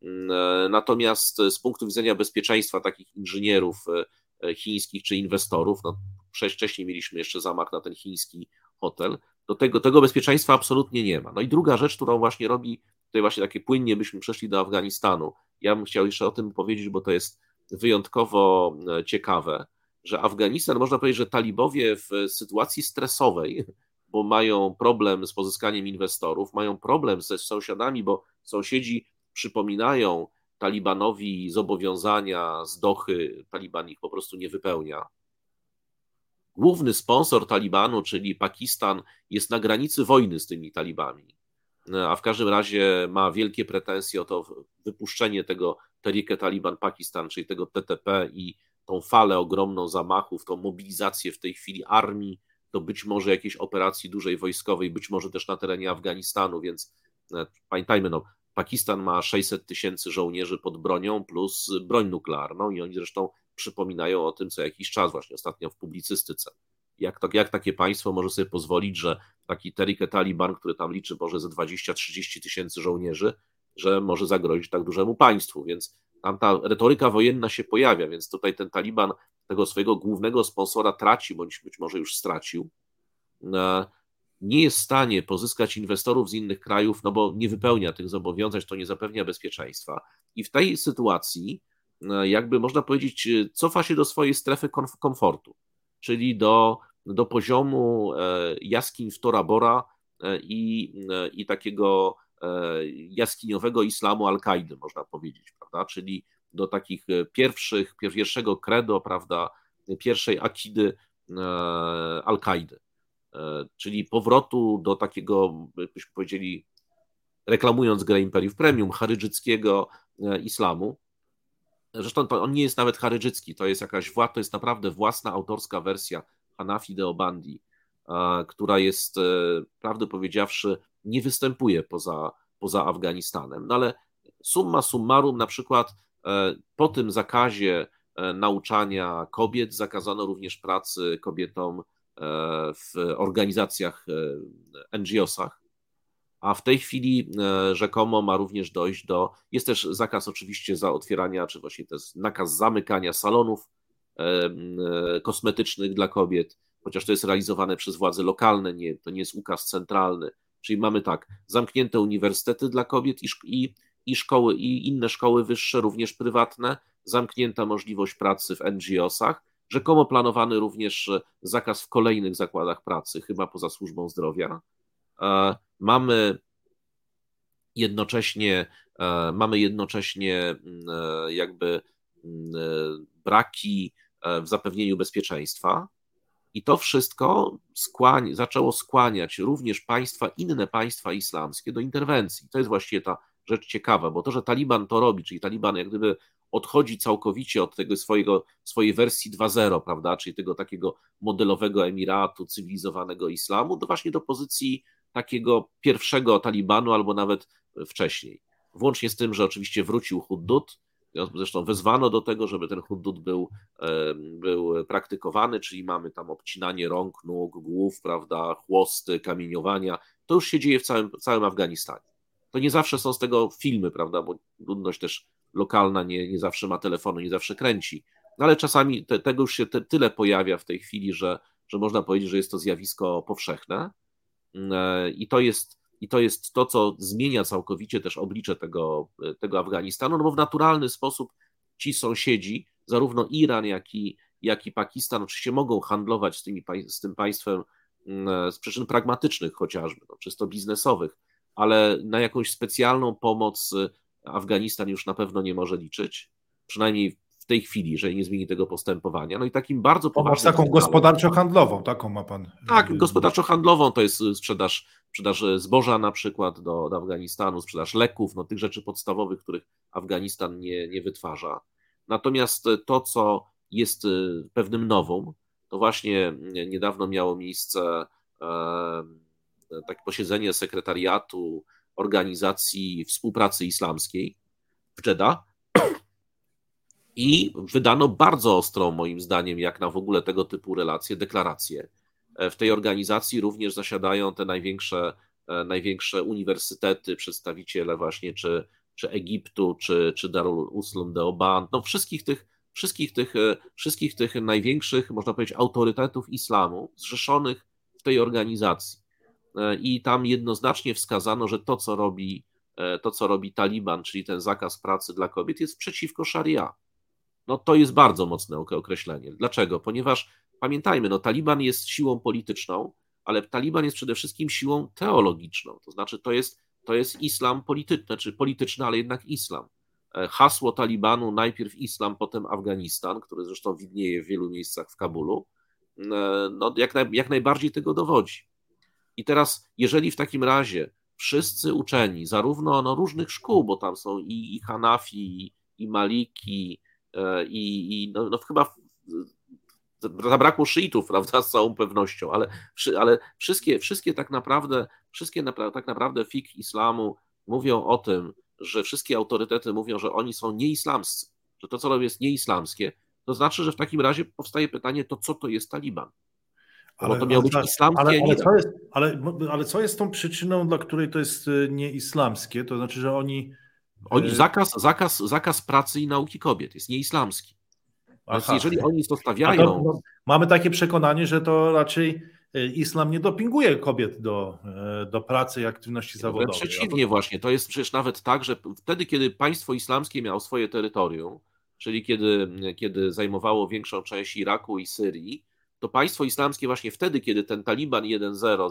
Natomiast z punktu widzenia bezpieczeństwa takich inżynierów chińskich czy inwestorów, no wcześniej mieliśmy jeszcze zamach na ten chiński hotel, do tego bezpieczeństwa absolutnie nie ma. No i druga rzecz, którą właśnie robi, tutaj właśnie takie płynnie byśmy przeszli do Afganistanu. Ja bym chciał jeszcze o tym powiedzieć, bo to jest wyjątkowo ciekawe, że Afganistan, można powiedzieć, że talibowie w sytuacji stresowej, bo mają problem z pozyskaniem inwestorów, mają problem ze sąsiadami, bo sąsiedzi przypominają Talibanowi zobowiązania z Dochy, Taliban ich po prostu nie wypełnia. Główny sponsor Talibanu, czyli Pakistan, jest na granicy wojny z tymi talibami, a w każdym razie ma wielkie pretensje o to wypuszczenie tego Tehrik-e-Taliban Pakistan, czyli tego TTP i tą falę ogromną zamachów, tą mobilizację w tej chwili armii do być może jakiejś operacji dużej wojskowej, być może też na terenie Afganistanu, więc pamiętajmy, no, Pakistan ma 600 000 żołnierzy pod bronią plus broń nuklearną i oni zresztą przypominają o tym co jakiś czas, właśnie ostatnio w publicystyce. Jak takie państwo może sobie pozwolić, że taki Tehrik-e-Taliban, który tam liczy może ze 20-30 tysięcy żołnierzy, że może zagrozić tak dużemu państwu, więc tam ta retoryka wojenna się pojawia, więc tutaj ten Taliban tego swojego głównego sponsora traci, bądź być może już stracił. Nie jest w stanie pozyskać inwestorów z innych krajów, no bo nie wypełnia tych zobowiązań, to nie zapewnia bezpieczeństwa. I w tej sytuacji, jakby można powiedzieć, cofa się do swojej strefy komfortu, czyli do poziomu jaskiń w Tora Bora i takiego jaskiniowego islamu Al-Kaidy, można powiedzieć, prawda? Czyli do takich pierwszego credo, prawda, pierwszej akidy Al-Kaidy, czyli powrotu do takiego, byśmy powiedzieli, reklamując grę Imperium Premium, charydżyckiego islamu. Zresztą on nie jest nawet charydżycki, to jest naprawdę własna autorska wersja Hanafi Deobandi, która jest, prawdę powiedziawszy, nie występuje poza Afganistanem. No ale summa summarum, na przykład po tym zakazie nauczania kobiet zakazano również pracy kobietom w organizacjach NGO-sach, a w tej chwili rzekomo ma również dojść jest też zakaz oczywiście otwierania, czy właśnie to jest nakaz zamykania salonów kosmetycznych dla kobiet, chociaż to jest realizowane przez władze lokalne, to nie jest ukaz centralny. Czyli mamy tak, zamknięte uniwersytety dla kobiet i szkoły, i inne szkoły wyższe, również prywatne, zamknięta możliwość pracy w NGO-sach, rzekomo planowany również zakaz w kolejnych zakładach pracy, chyba poza służbą zdrowia. Mamy jednocześnie jakby braki w zapewnieniu bezpieczeństwa i to wszystko zaczęło skłaniać również inne państwa islamskie do interwencji. To jest właściwie ta rzecz ciekawa, bo to, że Taliban to robi, czyli Taliban jak gdyby odchodzi całkowicie od tego swojej wersji 2.0, prawda, czyli tego takiego modelowego emiratu, cywilizowanego islamu, właśnie do pozycji takiego pierwszego Talibanu albo nawet wcześniej. Włącznie z tym, że oczywiście wrócił huddut, zresztą wezwano do tego, żeby ten huddut był praktykowany, czyli mamy tam obcinanie rąk, nóg, głów, prawda, chłosty, kamieniowania. To już się dzieje w całym Afganistanie. To nie zawsze są z tego filmy, prawda, bo ludność też lokalna nie zawsze ma telefonu, nie zawsze kręci, ale czasami tego już się tyle pojawia w tej chwili, że można powiedzieć, że jest to zjawisko powszechne i to jest to, co zmienia całkowicie też oblicze tego Afganistanu, no bo w naturalny sposób ci sąsiedzi, zarówno Iran, jak i Pakistan oczywiście mogą handlować z tym państwem z przyczyn pragmatycznych chociażby, no, czysto biznesowych, ale na jakąś specjalną pomoc Afganistan już na pewno nie może liczyć, przynajmniej w tej chwili, jeżeli nie zmieni tego postępowania. No i takim bardzo poważnym... Taką gospodarczo-handlową, taką ma pan. Tak, gospodarczo-handlową to jest sprzedaż zboża na przykład do Afganistanu, sprzedaż leków, no tych rzeczy podstawowych, których Afganistan nie wytwarza. Natomiast to, co jest pewnym nowum, to właśnie niedawno miało miejsce takie posiedzenie sekretariatu Organizacji Współpracy Islamskiej w Jeddah i wydano bardzo ostrą, moim zdaniem, jak na w ogóle tego typu relacje, deklaracje. W tej organizacji również zasiadają te największe uniwersytety, przedstawiciele właśnie czy Egiptu, czy Darul Uslum Deoband, no wszystkich tych największych, można powiedzieć, autorytetów islamu zrzeszonych w tej organizacji. I tam jednoznacznie wskazano, że to, co robi Taliban, czyli ten zakaz pracy dla kobiet, jest przeciwko szaria. No to jest bardzo mocne określenie. Dlaczego? Ponieważ pamiętajmy, no Taliban jest siłą polityczną, ale Taliban jest przede wszystkim siłą teologiczną. To znaczy to jest islam polityczny, czy polityczny, ale jednak islam. Hasło Talibanu, najpierw islam, potem Afganistan, który zresztą widnieje w wielu miejscach w Kabulu, no jak najbardziej tego dowodzi. I teraz, jeżeli w takim razie wszyscy uczeni, zarówno różnych szkół, bo tam są i Hanafi, i Maliki, no chyba Zabrakło szyitów, prawda, z całą pewnością, ale wszystkie tak naprawdę fik islamu mówią o tym, że wszystkie autorytety mówią, że oni są nieislamscy, że to, co robią, jest nieislamskie, to znaczy, że w takim razie powstaje pytanie, to co to jest Taliban? No bo to miał być islamski, a nie ale co jest tą przyczyną, dla której to jest nieislamskie? To znaczy, że oni... Zakaz pracy i nauki kobiet jest nieislamski. Więc Aha. jeżeli oni to stawiają... mamy takie przekonanie, że to raczej islam nie dopinguje kobiet do pracy i aktywności zawodowej. Przeciwnie właśnie, to jest przecież nawet tak, że wtedy, kiedy państwo islamskie miało swoje terytorium, czyli kiedy zajmowało większą część Iraku i Syrii, to państwo islamskie właśnie wtedy, kiedy ten Taliban 1.0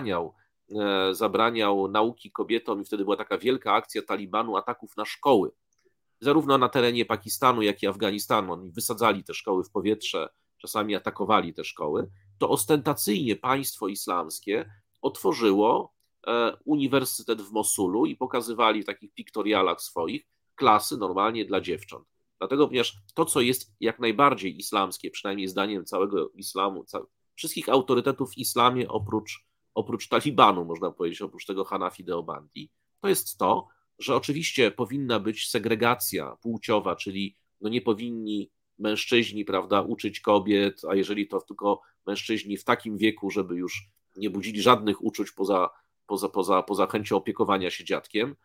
zabraniał nauki kobietom i wtedy była taka wielka akcja Talibanu ataków na szkoły, zarówno na terenie Pakistanu, jak i Afganistanu. Oni wysadzali te szkoły w powietrze, czasami atakowali te szkoły, to ostentacyjnie państwo islamskie otworzyło uniwersytet w Mosulu i pokazywali w takich piktorialach swoich klasy normalnie dla dziewcząt. Dlatego, ponieważ to, co jest jak najbardziej islamskie, przynajmniej zdaniem całego islamu, wszystkich autorytetów w islamie oprócz Talibanu, można powiedzieć, oprócz tego Hanafi Deobandi, to jest to, że oczywiście powinna być segregacja płciowa, czyli no nie powinni mężczyźni, prawda, uczyć kobiet, a jeżeli to tylko mężczyźni w takim wieku, żeby już nie budzili żadnych uczuć poza chęcią opiekowania się dziadkiem,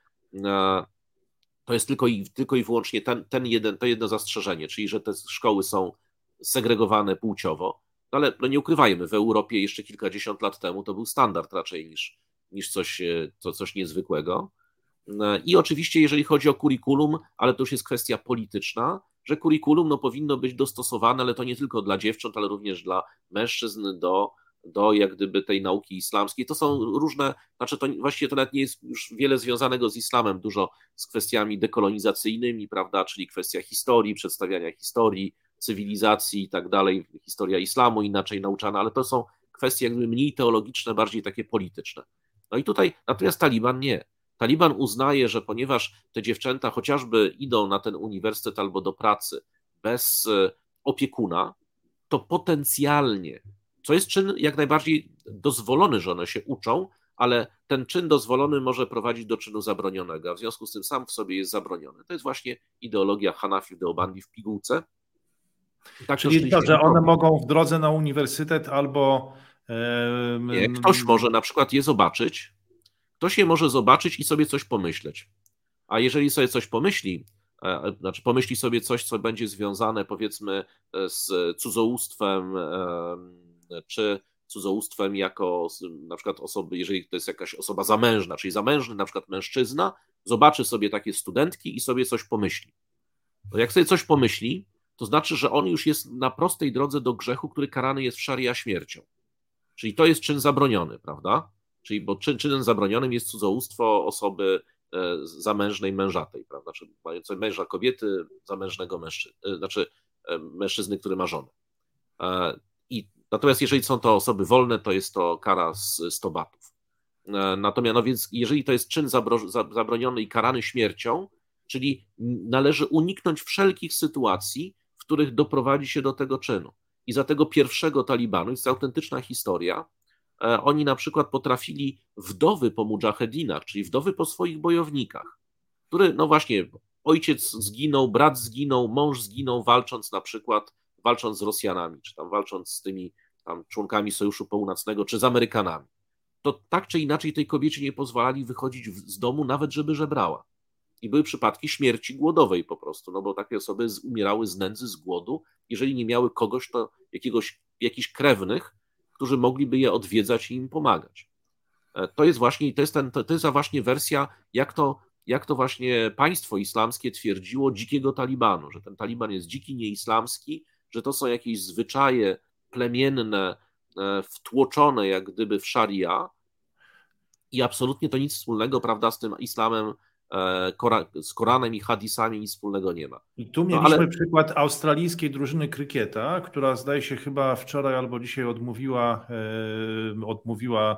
to jest tylko i wyłącznie to jedno zastrzeżenie, czyli że te szkoły są segregowane płciowo, ale no nie ukrywajmy, w Europie jeszcze kilkadziesiąt lat temu to był standard raczej niż coś niezwykłego. I oczywiście jeżeli chodzi o curriculum, ale to już jest kwestia polityczna, że curriculum no, powinno być dostosowane, ale to nie tylko dla dziewcząt, ale również dla mężczyzn do jak gdyby tej nauki islamskiej. To są różne, znaczy to właściwie to nawet nie jest już wiele związanego z islamem, dużo z kwestiami dekolonizacyjnymi, prawda, czyli kwestia historii, przedstawiania historii, cywilizacji i tak dalej, historia islamu inaczej nauczana, ale to są kwestie jakby mniej teologiczne, bardziej takie polityczne. No i tutaj natomiast Taliban nie. Taliban uznaje, że ponieważ te dziewczęta chociażby idą na ten uniwersytet albo do pracy bez opiekuna, to potencjalnie, co jest czyn jak najbardziej dozwolony, że one się uczą, ale ten czyn dozwolony może prowadzić do czynu zabronionego, a w związku z tym sam w sobie jest zabroniony. To jest właśnie ideologia Hanafi Deobandi w pigułce. Tak, czyli to, że one mogą w drodze na uniwersytet albo... Nie, ktoś może na przykład je zobaczyć, ktoś je może zobaczyć i sobie coś pomyśleć. A jeżeli sobie coś pomyśli, znaczy pomyśli sobie coś, co będzie związane powiedzmy z cudzołóstwem, czy cudzołóstwem jako na przykład osoby, jeżeli to jest jakaś osoba zamężna, czyli zamężny na przykład mężczyzna, zobaczy sobie takie studentki i sobie coś pomyśli. To jak sobie coś pomyśli, to znaczy, że on już jest na prostej drodze do grzechu, który karany jest w szaria śmiercią. Czyli to jest czyn zabroniony, prawda? Czyli bo czynem zabronionym jest cudzołóstwo osoby zamężnej, mężatej, prawda? Czyli mającej męża kobiety, zamężnego mężczyzny, znaczy mężczyzny, który ma żonę. Natomiast jeżeli są to osoby wolne, to jest to kara 100 batów. Natomiast, no więc jeżeli to jest czyn zabroniony i karany śmiercią, czyli należy uniknąć wszelkich sytuacji, w których doprowadzi się do tego czynu. I za tego pierwszego Talibanu, jest autentyczna historia, oni na przykład potrafili wdowy po mudżahedinach, czyli wdowy po swoich bojownikach, który, no właśnie, ojciec zginął, brat zginął, mąż zginął, walcząc z Rosjanami, czy tam walcząc z tymi tam członkami Sojuszu Północnego, czy z Amerykanami. To tak czy inaczej tej kobiecie nie pozwalali wychodzić z domu, nawet żeby żebrała. I były przypadki śmierci głodowej po prostu, no bo takie osoby umierały z nędzy, z głodu, jeżeli nie miały kogoś, to jakichś krewnych, którzy mogliby je odwiedzać i im pomagać. To jest właśnie wersja, jak to właśnie państwo islamskie twierdziło dzikiego Talibanu, że ten Taliban jest dziki, nieislamski, że to są jakieś zwyczaje plemienne, wtłoczone jak gdyby w szaria i absolutnie to nic wspólnego, prawda, z tym islamem, z Koranem i hadisami nic wspólnego nie ma. I tu mieliśmy przykład australijskiej drużyny krykieta, która zdaje się chyba wczoraj albo dzisiaj odmówiła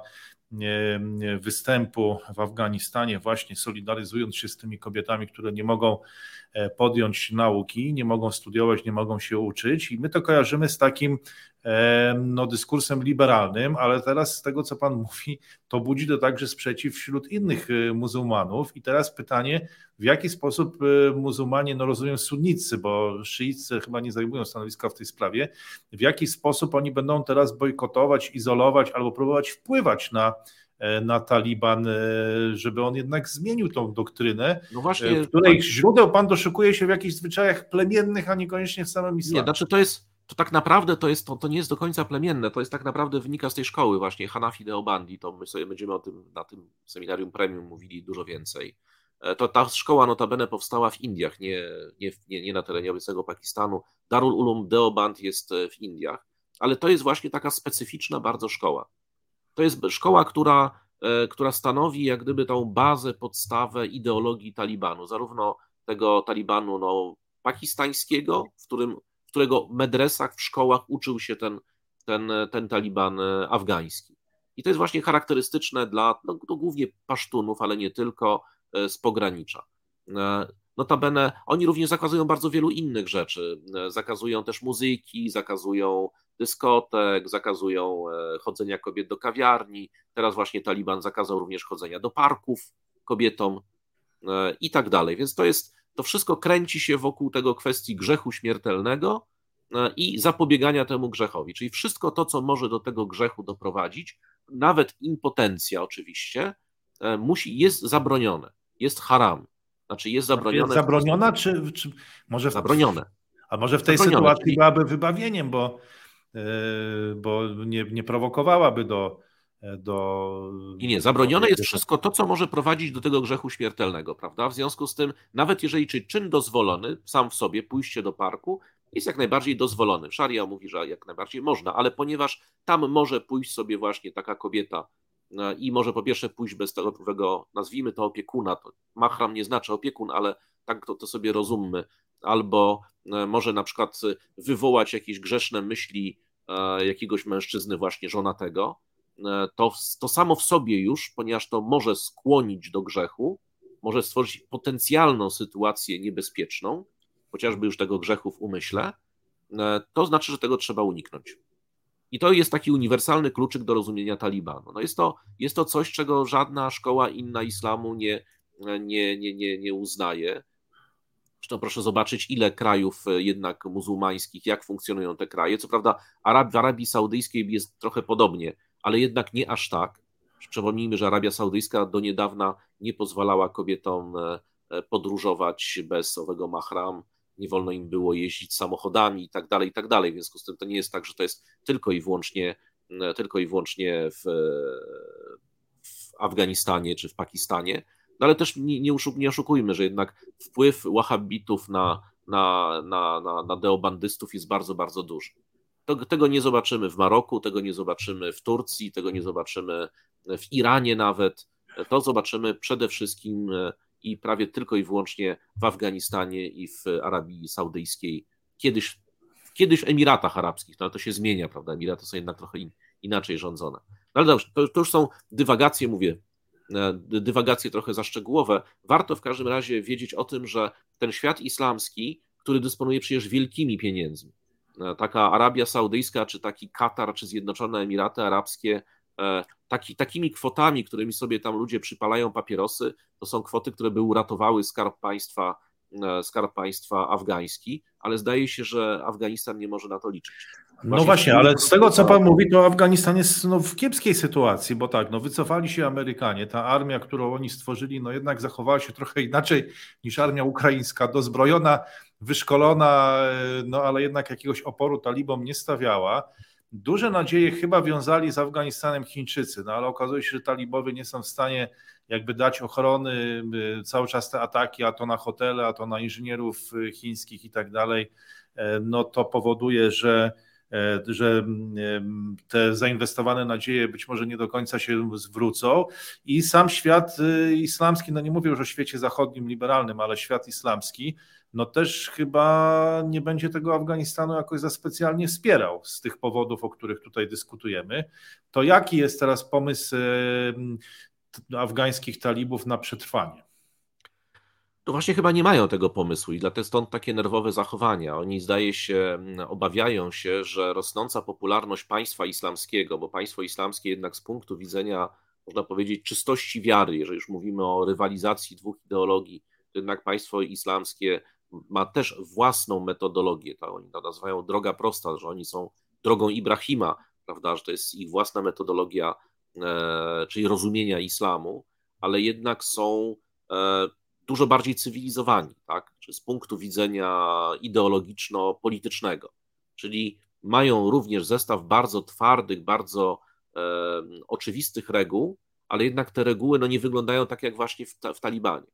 występu w Afganistanie, właśnie solidaryzując się z tymi kobietami, które nie mogą podjąć nauki, nie mogą studiować, nie mogą się uczyć i my to kojarzymy z takim dyskursem liberalnym, ale teraz z tego, co pan mówi, to budzi to także sprzeciw wśród innych muzułmanów i teraz pytanie, w jaki sposób muzułmanie, rozumiem sunnicy, bo szyiccy chyba nie zajmują stanowiska w tej sprawie, w jaki sposób oni będą teraz bojkotować, izolować albo próbować wpływać na Taliban, żeby on jednak zmienił tą doktrynę, no właśnie, w której źródeł pan doszukuje się w jakichś zwyczajach plemiennych, a niekoniecznie w samym islamie. Nie, znaczy to tak naprawdę to nie jest do końca plemienne, to jest tak naprawdę wynika z tej szkoły właśnie Hanafi Deobandi, to my sobie będziemy o tym na tym seminarium premium mówili dużo więcej. Ta szkoła notabene powstała w Indiach, nie na terenie obecnego Pakistanu. Darul Ulum Deoband jest w Indiach, ale to jest właśnie taka specyficzna bardzo szkoła. To jest szkoła, która stanowi jak gdyby tą bazę, podstawę ideologii Talibanu, zarówno tego Talibanu pakistańskiego, w którego medresach, w szkołach uczył się ten Taliban afgański. I to jest właśnie charakterystyczne dla głównie Pasztunów, ale nie tylko, z pogranicza. Notabene oni również zakazują bardzo wielu innych rzeczy. Zakazują też muzyki, zakazują dyskotek, zakazują chodzenia kobiet do kawiarni. Teraz właśnie Taliban zakazał również chodzenia do parków kobietom i tak dalej. Więc to wszystko kręci się wokół tego kwestii grzechu śmiertelnego i zapobiegania temu grzechowi. Czyli wszystko to, co może do tego grzechu doprowadzić, nawet impotencja oczywiście, jest zabronione, jest haram. Znaczy jest zabronione. Jest zabroniona, czy może zabronione? A może w tej sytuacji byłaby wybawieniem, bo nie prowokowałaby do... Nie, zabronione jest wszystko to, co może prowadzić do tego grzechu śmiertelnego, prawda? W związku z tym, nawet jeżeli czyn dozwolony, sam w sobie, pójście do parku, jest jak najbardziej dozwolony. Szaria mówi, że jak najbardziej można, ale ponieważ tam może pójść sobie właśnie taka kobieta i może po pierwsze pójść bez tego, nazwijmy to opiekuna, to mahram nie znaczy opiekun, ale tak to sobie rozummy, albo może na przykład wywołać jakieś grzeszne myśli jakiegoś mężczyzny właśnie żonatego, to samo w sobie już, ponieważ to może skłonić do grzechu, może stworzyć potencjalną sytuację niebezpieczną, chociażby już tego grzechu w umyśle, to znaczy, że tego trzeba uniknąć. I to jest taki uniwersalny kluczyk do rozumienia Talibanu. Jest to coś, czego żadna szkoła inna islamu nie uznaje. Zresztą proszę zobaczyć, ile krajów jednak muzułmańskich, jak funkcjonują te kraje. Co prawda w Arabii Saudyjskiej jest trochę podobnie, ale jednak nie aż tak. Przypomnijmy, że Arabia Saudyjska do niedawna nie pozwalała kobietom podróżować bez owego mahram, nie wolno im było jeździć samochodami i tak dalej, i tak dalej. W związku z tym to nie jest tak, że to jest tylko i wyłącznie w Afganistanie czy w Pakistanie, no ale też nie oszukujmy, że jednak wpływ wahhabitów na deobandystów jest bardzo, bardzo duży. Tego nie zobaczymy w Maroku, tego nie zobaczymy w Turcji, tego nie zobaczymy w Iranie nawet. To zobaczymy przede wszystkim i prawie tylko i wyłącznie w Afganistanie i w Arabii Saudyjskiej. Kiedyś w Emiratach Arabskich, no ale to się zmienia, prawda? Emiraty są jednak trochę inaczej rządzone. No ale dobrze, to już są dywagacje, mówię, dywagacje trochę zaszczegółowe. Warto w każdym razie wiedzieć o tym, że ten świat islamski, który dysponuje przecież wielkimi pieniędzmi, taka Arabia Saudyjska, czy taki Katar, czy Zjednoczone Emiraty Arabskie, takimi kwotami, którymi sobie tam ludzie przypalają papierosy, to są kwoty, które by uratowały skarb państwa afgański, ale zdaje się, że Afganistan nie może na to liczyć. Właśnie, ale z tego, co pan mówi, to Afganistan jest w kiepskiej sytuacji, bo tak, wycofali się Amerykanie, ta armia, którą oni stworzyli, jednak zachowała się trochę inaczej niż armia ukraińska, dozbrojona, wyszkolona, ale jednak jakiegoś oporu talibom nie stawiała. Duże nadzieje chyba wiązali z Afganistanem Chińczycy, ale okazuje się, że talibowie nie są w stanie jakby dać ochrony, cały czas te ataki, a to na hotele, a to na inżynierów chińskich i tak dalej, to powoduje, że te zainwestowane nadzieje być może nie do końca się zwrócą i sam świat islamski, nie mówię już o świecie zachodnim, liberalnym, ale świat islamski, też chyba nie będzie tego Afganistanu jakoś za specjalnie wspierał z tych powodów, o których tutaj dyskutujemy. To jaki jest teraz pomysł afgańskich talibów na przetrwanie? To właśnie chyba nie mają tego pomysłu i dlatego stąd takie nerwowe zachowania. Oni, zdaje się, obawiają się, że rosnąca popularność państwa islamskiego, bo państwo islamskie jednak z punktu widzenia, można powiedzieć, czystości wiary, jeżeli już mówimy o rywalizacji dwóch ideologii, to jednak państwo islamskie ma też własną metodologię. To oni to nazywają droga prosta, że oni są drogą Ibrahima, prawda, że to jest ich własna metodologia, czyli rozumienia islamu, ale jednak są dużo bardziej cywilizowani, tak? Czy z punktu widzenia ideologiczno-politycznego. Czyli mają również zestaw bardzo twardych, bardzo oczywistych reguł, ale jednak te reguły nie wyglądają tak jak właśnie w Talibanie.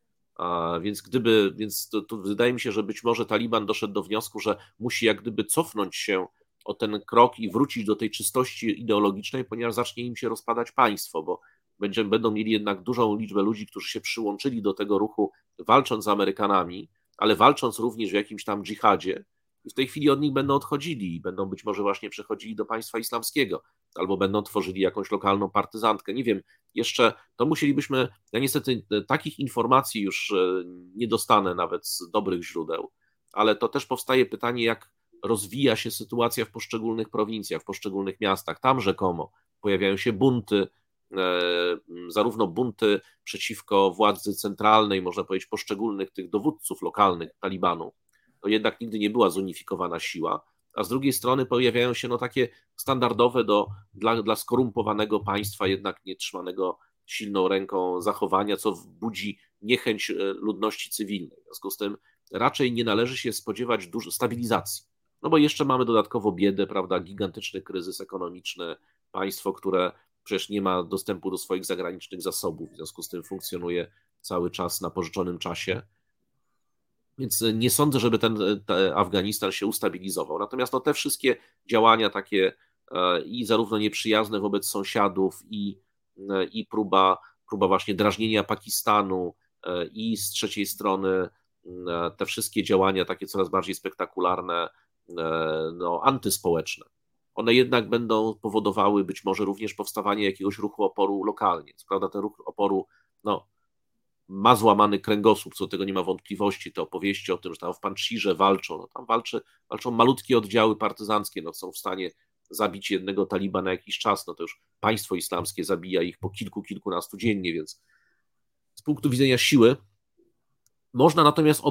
Więc to wydaje mi się, że być może Taliban doszedł do wniosku, że musi jak gdyby cofnąć się o ten krok i wrócić do tej czystości ideologicznej, ponieważ zacznie im się rozpadać państwo, bo będą mieli jednak dużą liczbę ludzi, którzy się przyłączyli do tego ruchu, walcząc z Amerykanami, ale walcząc również w jakimś tam dżihadzie. I w tej chwili od nich będą odchodzili i będą być może właśnie przechodzili do państwa islamskiego, albo będą tworzyli jakąś lokalną partyzantkę. Nie wiem, jeszcze to musielibyśmy, ja niestety takich informacji już nie dostanę nawet z dobrych źródeł, ale to też powstaje pytanie, jak rozwija się sytuacja w poszczególnych prowincjach, w poszczególnych miastach. Tam rzekomo pojawiają się bunty, zarówno bunty przeciwko władzy centralnej, można powiedzieć, poszczególnych tych dowódców lokalnych Talibanu. To jednak nigdy nie była zunifikowana siła, a z drugiej strony pojawiają się takie standardowe dla skorumpowanego państwa, jednak nie trzymanego silną ręką zachowania, co budzi niechęć ludności cywilnej. W związku z tym raczej nie należy się spodziewać dużej stabilizacji. No bo jeszcze mamy dodatkowo biedę, prawda, gigantyczny kryzys ekonomiczny, państwo, które przecież nie ma dostępu do swoich zagranicznych zasobów, w związku z tym funkcjonuje cały czas na pożyczonym czasie. Więc nie sądzę, żeby ten Afganistan się ustabilizował. Natomiast te wszystkie działania takie i zarówno nieprzyjazne wobec sąsiadów i próba właśnie drażnienia Pakistanu i z trzeciej strony te wszystkie działania takie coraz bardziej spektakularne, antyspołeczne, one jednak będą powodowały być może również powstawanie jakiegoś ruchu oporu lokalnie. Co prawda ten ruch oporu ma złamany kręgosłup, co do tego nie ma wątpliwości. Te opowieści o tym, że tam w Panjshirze walczą, tam walczą malutkie oddziały partyzanckie, są w stanie zabić jednego taliba na jakiś czas, to już państwo islamskie zabija ich po kilkunastu dziennie, więc z punktu widzenia siły można natomiast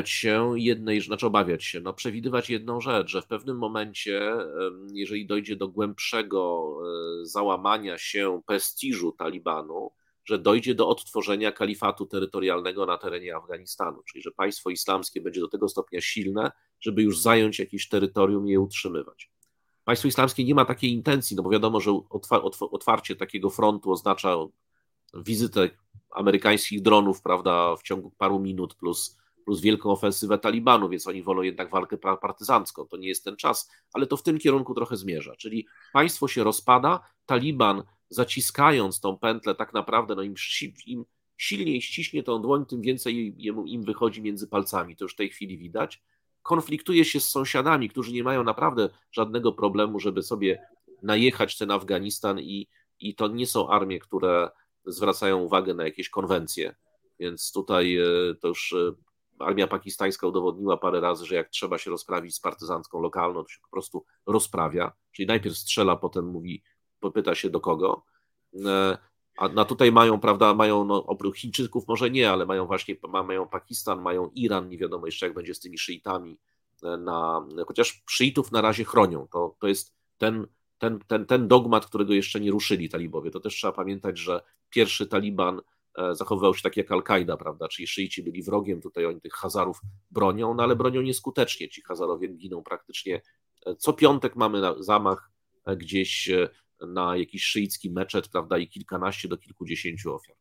przewidywać jedną rzecz, że w pewnym momencie, jeżeli dojdzie do głębszego załamania się prestiżu Talibanu, że dojdzie do odtworzenia kalifatu terytorialnego na terenie Afganistanu, czyli że państwo islamskie będzie do tego stopnia silne, żeby już zająć jakieś terytorium i je utrzymywać. Państwo islamskie nie ma takiej intencji, bo wiadomo, że otwarcie takiego frontu oznacza wizytę amerykańskich dronów, prawda, w ciągu paru minut plus wielką ofensywę Talibanu, więc oni wolą jednak walkę partyzancką. To nie jest ten czas, ale to w tym kierunku trochę zmierza. Czyli państwo się rozpada, Taliban zaciskając tą pętlę tak naprawdę, im silniej ściśnie tą dłoń, tym więcej im wychodzi między palcami. To już w tej chwili widać. Konfliktuje się z sąsiadami, którzy nie mają naprawdę żadnego problemu, żeby sobie najechać ten Afganistan i to nie są armie, które zwracają uwagę na jakieś konwencje, więc tutaj to już armia pakistańska udowodniła parę razy, że jak trzeba się rozprawić z partyzancką lokalną, to się po prostu rozprawia, czyli najpierw strzela, potem mówi, popyta się do kogo, a tutaj mają, prawda, oprócz Chińczyków może nie, ale mają Pakistan, mają Iran, nie wiadomo jeszcze jak będzie z tymi szyitami, chociaż szyitów na razie chronią, to jest ten dogmat, którego jeszcze nie ruszyli talibowie. To też trzeba pamiętać, że pierwszy Taliban zachowywał się tak jak Al-Kaida, prawda, czyli szyici byli wrogiem, tutaj oni tych Hazarów bronią, ale bronią nieskutecznie. Ci Hazarowie giną praktycznie. Co piątek mamy zamach gdzieś na jakiś szyicki meczet, prawda, i kilkanaście do kilkudziesięciu ofiar.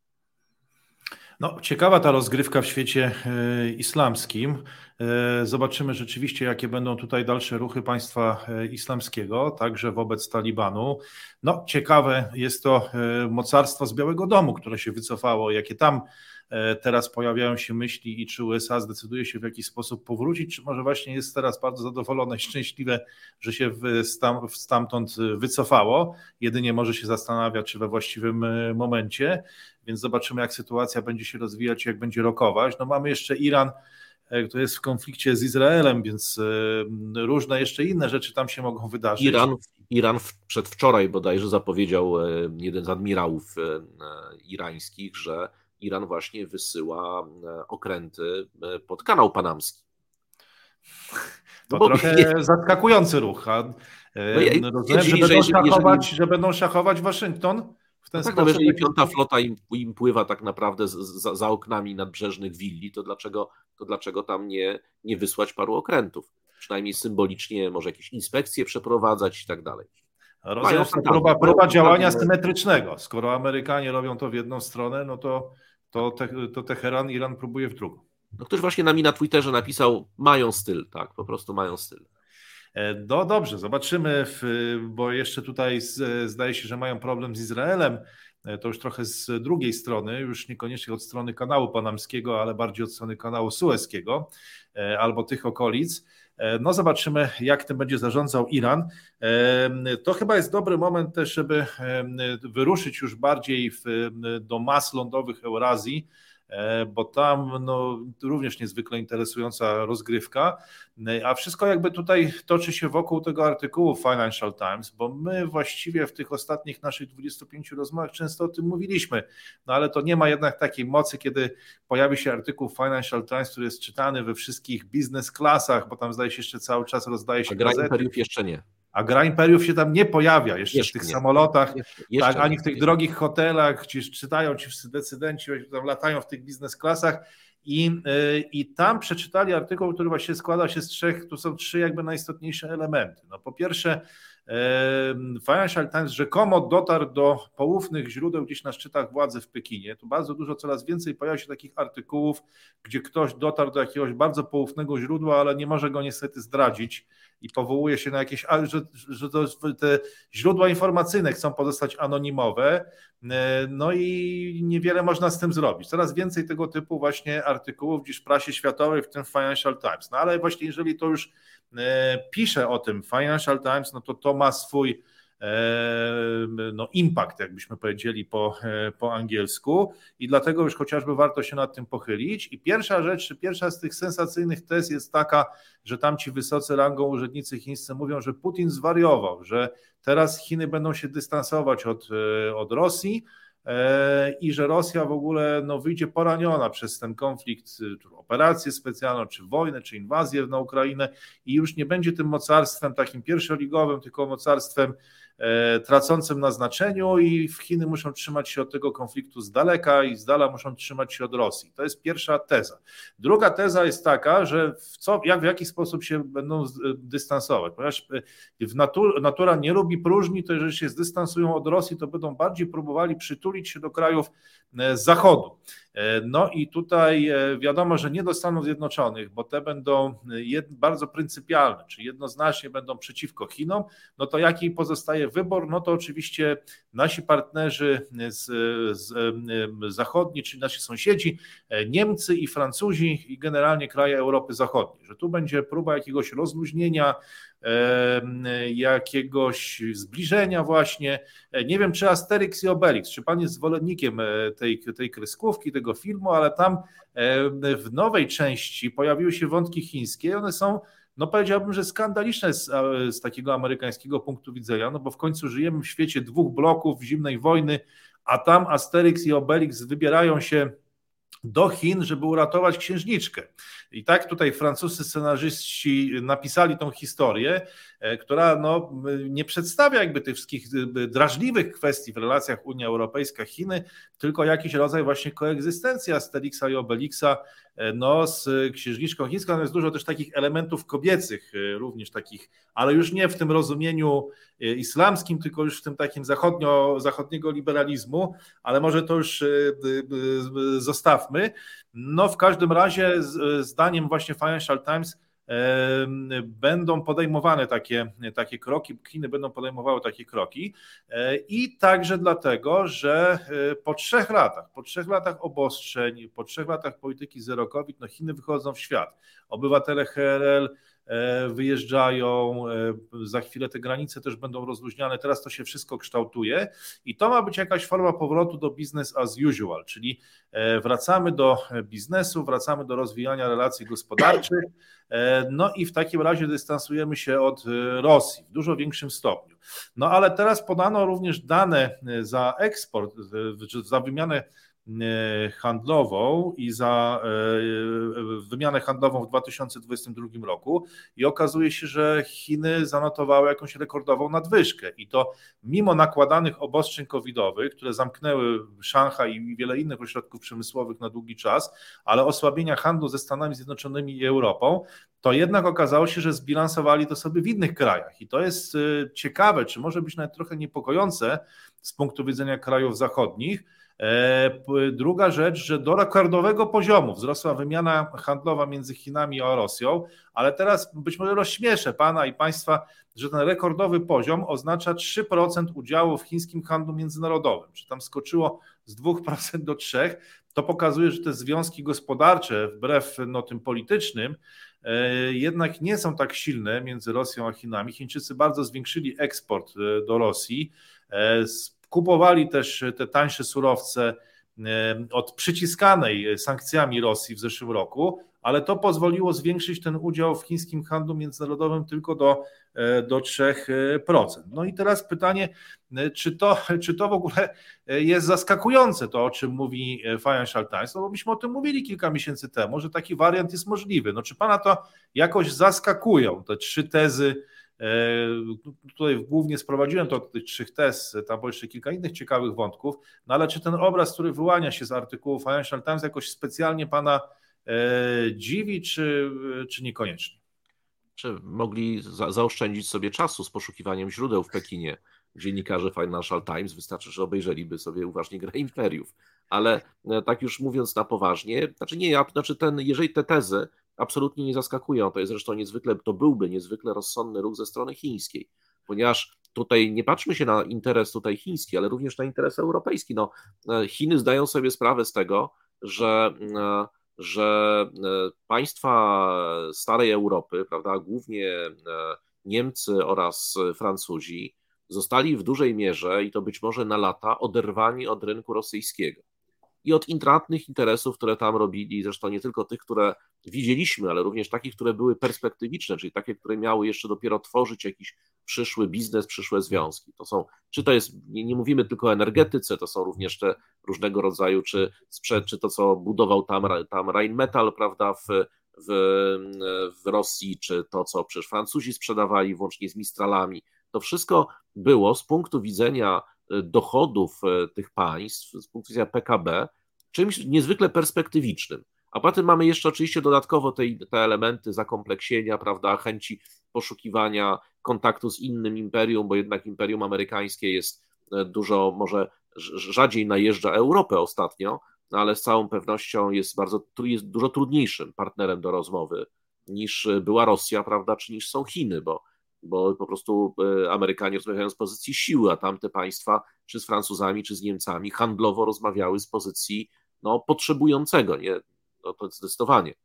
Ciekawa ta rozgrywka w świecie islamskim. Zobaczymy rzeczywiście, jakie będą tutaj dalsze ruchy państwa islamskiego, także wobec Talibanu. Ciekawe jest to mocarstwo z Białego Domu, które się wycofało, jakie tam teraz pojawiają się myśli i czy USA zdecyduje się w jakiś sposób powrócić, czy może właśnie jest teraz bardzo zadowolone i szczęśliwe, że się stamtąd wycofało, jedynie może się zastanawia, czy we właściwym momencie, więc zobaczymy, jak sytuacja będzie się rozwijać, jak będzie rokować. No mamy jeszcze Iran, który jest w konflikcie z Izraelem, więc różne jeszcze inne rzeczy tam się mogą wydarzyć. Iran przedwczoraj bodajże zapowiedział jeden z admirałów irańskich, że Iran właśnie wysyła okręty pod kanał panamski. To trochę zaskakujący ruch. Rozumiem, że będą szachować Waszyngton w ten sposób. Jeżeli piąta flota im pływa tak naprawdę za oknami nadbrzeżnych willi, to dlaczego tam nie wysłać paru okrętów? Przynajmniej symbolicznie może jakieś inspekcje przeprowadzać i tak dalej. Rozumiem, próba działania symetrycznego. Skoro Amerykanie robią to w jedną stronę, no to Teheran, Iran próbuje w drugą. No ktoś właśnie na Twitterze napisał, mają styl, tak, po prostu mają styl. No dobrze, zobaczymy, bo jeszcze tutaj zdaje się, że mają problem z Izraelem, to już trochę z drugiej strony, już niekoniecznie od strony kanału panamskiego, ale bardziej od strony kanału sueskiego albo tych okolic. No zobaczymy, jak tym będzie zarządzał Iran. To chyba jest dobry moment też, żeby wyruszyć już bardziej do mas lądowych Eurazji, bo tam również niezwykle interesująca rozgrywka, a wszystko jakby tutaj toczy się wokół tego artykułu Financial Times, bo my właściwie w tych ostatnich naszych 25 rozmowach często o tym mówiliśmy, no ale to nie ma jednak takiej mocy, kiedy pojawi się artykuł Financial Times, który jest czytany we wszystkich biznes klasach, bo tam zdaje się jeszcze cały czas rozdaje się gazety. Imperiów jeszcze nie. A gra imperiów się tam nie pojawia jeszcze w tych samolotach, tak, ani w tych drogich hotelach, gdzie czytają ci wszyscy decydenci, tam latają w tych biznes klasach i tam przeczytali artykuł, który właśnie składa się z trzech, tu są trzy jakby najistotniejsze elementy. No po pierwsze Financial Times rzekomo dotarł do poufnych źródeł gdzieś na szczytach władzy w Pekinie. Tu bardzo dużo, coraz więcej pojawia się takich artykułów, gdzie ktoś dotarł do jakiegoś bardzo poufnego źródła, ale nie może go niestety zdradzić i powołuje się na jakieś, że te źródła informacyjne chcą pozostać anonimowe, no i niewiele można z tym zrobić. Coraz więcej tego typu właśnie artykułów gdzieś w prasie światowej, w tym Financial Times. No ale właśnie jeżeli to już pisze o tym Financial Times, no to ma swój impact, jakbyśmy powiedzieli po angielsku i dlatego już chociażby warto się nad tym pochylić. I pierwsza z tych sensacyjnych tez jest taka, że tamci wysocy rangą urzędnicy chińscy mówią, że Putin zwariował, że teraz Chiny będą się dystansować od Rosji i że Rosja w ogóle wyjdzie poraniona przez ten konflikt, czy operację specjalną, czy wojnę, czy inwazję na Ukrainę i już nie będzie tym mocarstwem takim pierwszoligowym, tylko mocarstwem tracącym na znaczeniu i Chiny muszą trzymać się od tego konfliktu z daleka i z dala muszą trzymać się od Rosji. To jest pierwsza teza. Druga teza jest taka, że w jaki sposób się będą dystansować, ponieważ natura nie lubi próżni, to jeżeli się zdystansują od Rosji, to będą bardziej próbowali przytulić się do krajów z Zachodu. No i tutaj wiadomo, że nie do Stanów Zjednoczonych, bo te będą bardzo pryncypialne, czy jednoznacznie będą przeciwko Chinom, no to jaki pozostaje wybór? No to oczywiście nasi partnerzy zachodni, czyli nasi sąsiedzi, Niemcy i Francuzi i generalnie kraje Europy Zachodniej, że tu będzie próba jakiegoś rozluźnienia, jakiegoś zbliżenia właśnie. Nie wiem, czy Asterix i Obelix, czy pan jest zwolennikiem tej kreskówki, tego filmu, ale tam w nowej części pojawiły się wątki chińskie, one są, powiedziałbym, że skandaliczne z takiego amerykańskiego punktu widzenia, bo w końcu żyjemy w świecie dwóch bloków zimnej wojny, a tam Asterix i Obelix wybierają się do Chin, żeby uratować księżniczkę. I tak tutaj francuscy scenarzyści napisali tą historię, która nie przedstawia jakby tych wszystkich drażliwych kwestii w relacjach Unia Europejska-Chiny, tylko jakiś rodzaj właśnie koegzystencji Asterixa i Obelixa z księżniczką chińską. Jest dużo też takich elementów kobiecych, również takich, ale już nie w tym rozumieniu islamskim, tylko już w tym takim zachodniego liberalizmu, ale może to już zostawmy. W każdym razie zdaniem właśnie Financial Times będą podejmowane takie kroki, Chiny będą podejmowały takie kroki i także dlatego, że po 3 latach obostrzeń, po 3 latach polityki zero COVID, no Chiny wychodzą w świat. Obywatele HRL wyjeżdżają, za chwilę te granice też będą rozluźniane, teraz to się wszystko kształtuje i to ma być jakaś forma powrotu do business as usual, czyli wracamy do biznesu, wracamy do rozwijania relacji gospodarczych, no i w takim razie dystansujemy się od Rosji w dużo większym stopniu. No ale teraz podano również dane za eksport, za wymianę handlową i za wymianę handlową w 2022 roku i okazuje się, że Chiny zanotowały jakąś rekordową nadwyżkę i to mimo nakładanych obostrzeń covidowych, które zamknęły Szanghaj i wiele innych ośrodków przemysłowych na długi czas, ale osłabienia handlu ze Stanami Zjednoczonymi i Europą, to jednak okazało się, że zbilansowali to sobie w innych krajach i to jest ciekawe, czy może być nawet trochę niepokojące z punktu widzenia krajów zachodnich. Druga rzecz, że do rekordowego poziomu wzrosła wymiana handlowa między Chinami a Rosją, ale teraz być może rozśmieszę Pana i Państwa, że ten rekordowy poziom oznacza 3% udziału w chińskim handlu międzynarodowym, czy tam skoczyło z 2% do 3%, to pokazuje, że te związki gospodarcze, wbrew tym politycznym, jednak nie są tak silne między Rosją a Chinami. Chińczycy bardzo zwiększyli eksport do Rosji, kupowali też te tańsze surowce od przyciskanej sankcjami Rosji w zeszłym roku, ale to pozwoliło zwiększyć ten udział w chińskim handlu międzynarodowym tylko do 3%. No i teraz pytanie, czy to w ogóle jest zaskakujące, to o czym mówi Financial Times, no bo myśmy o tym mówili kilka miesięcy temu, że taki wariant jest możliwy. No czy Pana to jakoś zaskakują, te 3 tezy? Tutaj głównie sprowadziłem to do tych 3 tez, tam było jeszcze kilka innych ciekawych wątków, no ale czy ten obraz, który wyłania się z artykułu Financial Times, jakoś specjalnie Pana dziwi, czy niekoniecznie? Czy mogli zaoszczędzić sobie czasu z poszukiwaniem źródeł w Pekinie? Dziennikarze Financial Times, wystarczy, że obejrzeliby sobie uważnie Grę Imperiów. Ale tak już mówiąc na poważnie, jeżeli te tezy absolutnie nie zaskakują, to jest zresztą to byłby niezwykle rozsądny ruch ze strony chińskiej, ponieważ tutaj nie patrzmy się na interes tutaj chiński, ale również na interes europejski. No, Chiny zdają sobie sprawę z tego, że państwa starej Europy, prawda, głównie Niemcy oraz Francuzi, zostali w dużej mierze, i to być może na lata, oderwani od rynku rosyjskiego i od intratnych interesów, które tam robili, zresztą nie tylko tych, które widzieliśmy, ale również takich, które były perspektywiczne, czyli takie, które miały jeszcze dopiero tworzyć jakiś przyszły biznes, przyszłe związki. To jest, nie mówimy tylko o energetyce, to są również te różnego rodzaju, czy to, co budował tam Rheinmetall, prawda, w Rosji, czy to, co przecież Francuzi sprzedawali włącznie z Mistralami. To wszystko było z punktu widzenia dochodów tych państw, z punktu widzenia PKB, czymś niezwykle perspektywicznym. A potem mamy jeszcze oczywiście dodatkowo te elementy zakompleksienia, prawda, chęci poszukiwania kontaktu z innym imperium, bo jednak imperium amerykańskie jest może rzadziej najeżdża Europę ostatnio, no ale z całą pewnością jest dużo trudniejszym partnerem do rozmowy niż była Rosja, prawda, czy niż są Chiny, bo po prostu Amerykanie rozmawiają z pozycji siły, a tamte państwa, czy z Francuzami, czy z Niemcami, handlowo rozmawiały z potrzebującego, nie? No to zdecydowanie.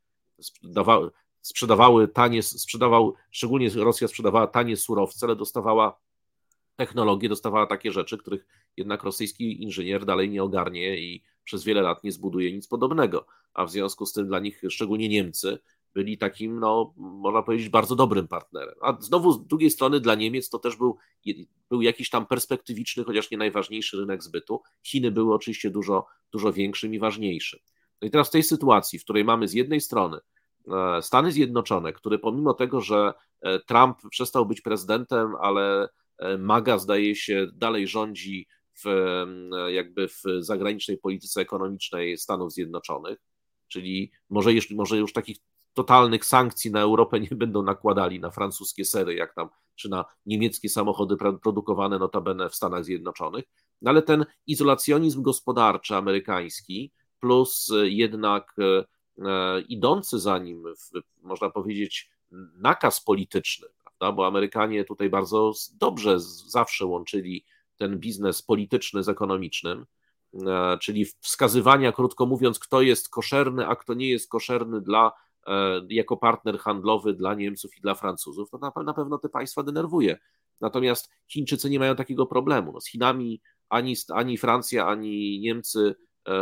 Szczególnie Rosja sprzedawała tanie surowce, ale dostawała technologię, dostawała takie rzeczy, których jednak rosyjski inżynier dalej nie ogarnie i przez wiele lat nie zbuduje nic podobnego. A w związku z tym dla nich, szczególnie Niemcy, byli takim, można powiedzieć, bardzo dobrym partnerem. A znowu z drugiej strony dla Niemiec to też był jakiś tam perspektywiczny, chociaż nie najważniejszy rynek zbytu. Chiny były oczywiście dużo większym i ważniejszym. No i teraz w tej sytuacji, w której mamy z jednej strony Stany Zjednoczone, które pomimo tego, że Trump przestał być prezydentem, ale MAGA zdaje się dalej rządzi w zagranicznej polityce ekonomicznej Stanów Zjednoczonych, czyli może już takich totalnych sankcji na Europę nie będą nakładali na francuskie sery, jak tam, czy na niemieckie samochody produkowane notabene w Stanach Zjednoczonych, no ale ten izolacjonizm gospodarczy amerykański plus jednak idący za nim, można powiedzieć, nakaz polityczny, prawda? Bo Amerykanie tutaj bardzo dobrze zawsze łączyli ten biznes polityczny z ekonomicznym, czyli wskazywania, krótko mówiąc, kto jest koszerny, a kto nie jest koszerny jako partner handlowy dla Niemców i dla Francuzów, to na pewno te państwa denerwuje. Natomiast Chińczycy nie mają takiego problemu. No, z Chinami ani Francja, ani Niemcy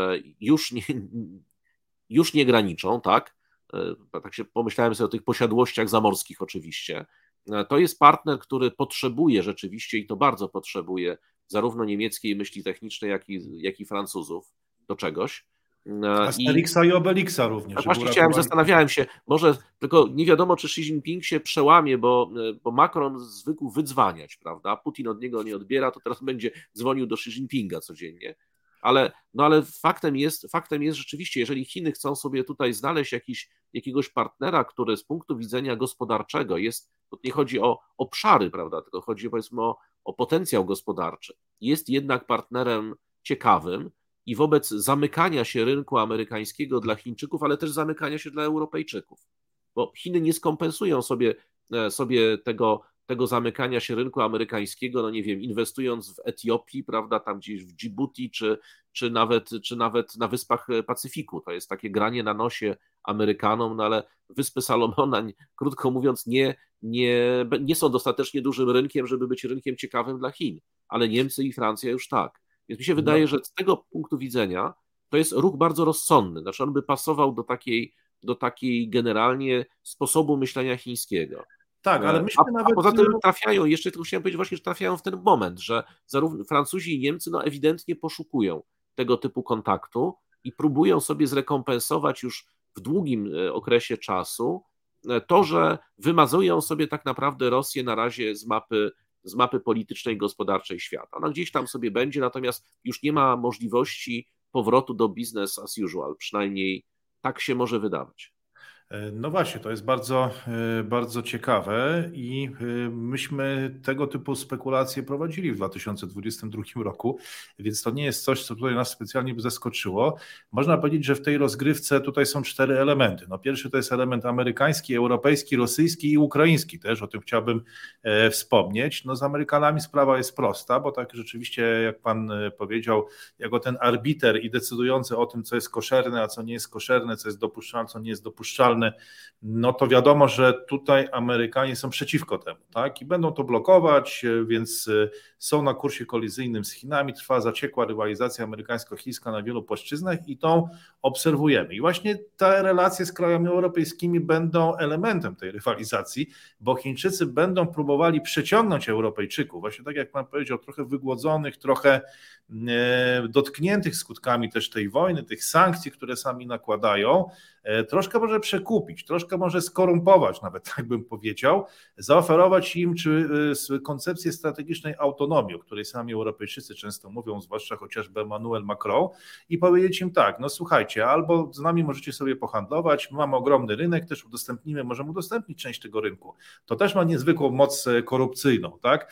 już nie graniczą, tak? Tak się pomyślałem sobie o tych posiadłościach zamorskich oczywiście. To jest partner, który potrzebuje rzeczywiście i to bardzo potrzebuje zarówno niemieckiej myśli technicznej, jak i Francuzów do czegoś. Asterixa i Obelixa również. Właśnie zastanawiałem się, może tylko nie wiadomo, czy Xi Jinping się przełamie, bo Macron zwykł wydzwaniać, prawda? Putin od niego nie odbiera, to teraz będzie dzwonił do Xi Jinpinga codziennie. Ale faktem jest rzeczywiście, jeżeli Chiny chcą sobie tutaj znaleźć jakiegoś partnera, który z punktu widzenia gospodarczego jest, to nie chodzi o obszary, prawda, tylko chodzi powiedzmy o potencjał gospodarczy, jest jednak partnerem ciekawym i wobec zamykania się rynku amerykańskiego dla Chińczyków, ale też zamykania się dla Europejczyków, bo Chiny nie skompensują sobie tego zamykania się rynku amerykańskiego, no nie wiem, inwestując w Etiopii, prawda, tam gdzieś w Dżibuti, czy nawet na Wyspach Pacyfiku. To jest takie granie na nosie Amerykanom, no ale Wyspy Salomona, krótko mówiąc, nie są dostatecznie dużym rynkiem, żeby być rynkiem ciekawym dla Chin, ale Niemcy i Francja już tak. Więc mi się wydaje, że z tego punktu widzenia to jest ruch bardzo rozsądny. Znaczy on by pasował do takiej generalnie sposobu myślenia chińskiego. Tak, ale myśmy a poza tym trafiają, jeszcze tylko chciałem powiedzieć właśnie, że trafiają w ten moment, że zarówno Francuzi i Niemcy no ewidentnie poszukują tego typu kontaktu i próbują sobie zrekompensować już w długim okresie czasu to, że wymazują sobie tak naprawdę Rosję na razie z mapy politycznej i gospodarczej świata. Ona gdzieś tam sobie będzie, natomiast już nie ma możliwości powrotu do business as usual, przynajmniej tak się może wydawać. No właśnie, to jest bardzo, bardzo ciekawe i myśmy tego typu spekulacje prowadzili w 2022 roku, więc to nie jest coś, co tutaj nas specjalnie by zaskoczyło. Można powiedzieć, że w tej rozgrywce tutaj są 4 elementy. No pierwszy to jest element amerykański, europejski, rosyjski i ukraiński też, o tym chciałbym wspomnieć. No z Amerykanami sprawa jest prosta, bo tak rzeczywiście, jak pan powiedział, jako ten arbiter i decydujący o tym, co jest koszerne, a co nie jest koszerne, co jest dopuszczalne, co nie jest dopuszczalne, no to wiadomo, że tutaj Amerykanie są przeciwko temu, tak? I będą to blokować, więc są na kursie kolizyjnym z Chinami, trwa zaciekła rywalizacja amerykańsko-chińska na wielu płaszczyznach i tą obserwujemy. I właśnie te relacje z krajami europejskimi będą elementem tej rywalizacji, bo Chińczycy będą próbowali przeciągnąć Europejczyków, właśnie tak jak pan powiedział, trochę wygłodzonych, trochę dotkniętych skutkami też tej wojny, tych sankcji, które sami nakładają, troszkę może przekupić, troszkę może skorumpować, nawet tak bym powiedział, zaoferować im koncepcję strategicznej autonomii, o której sami Europejczycy często mówią, zwłaszcza chociażby Emmanuel Macron, i powiedzieć im tak, no słuchajcie, albo z nami możecie sobie pohandlować, mamy ogromny rynek, też możemy udostępnić część tego rynku. To też ma niezwykłą moc korupcyjną, tak?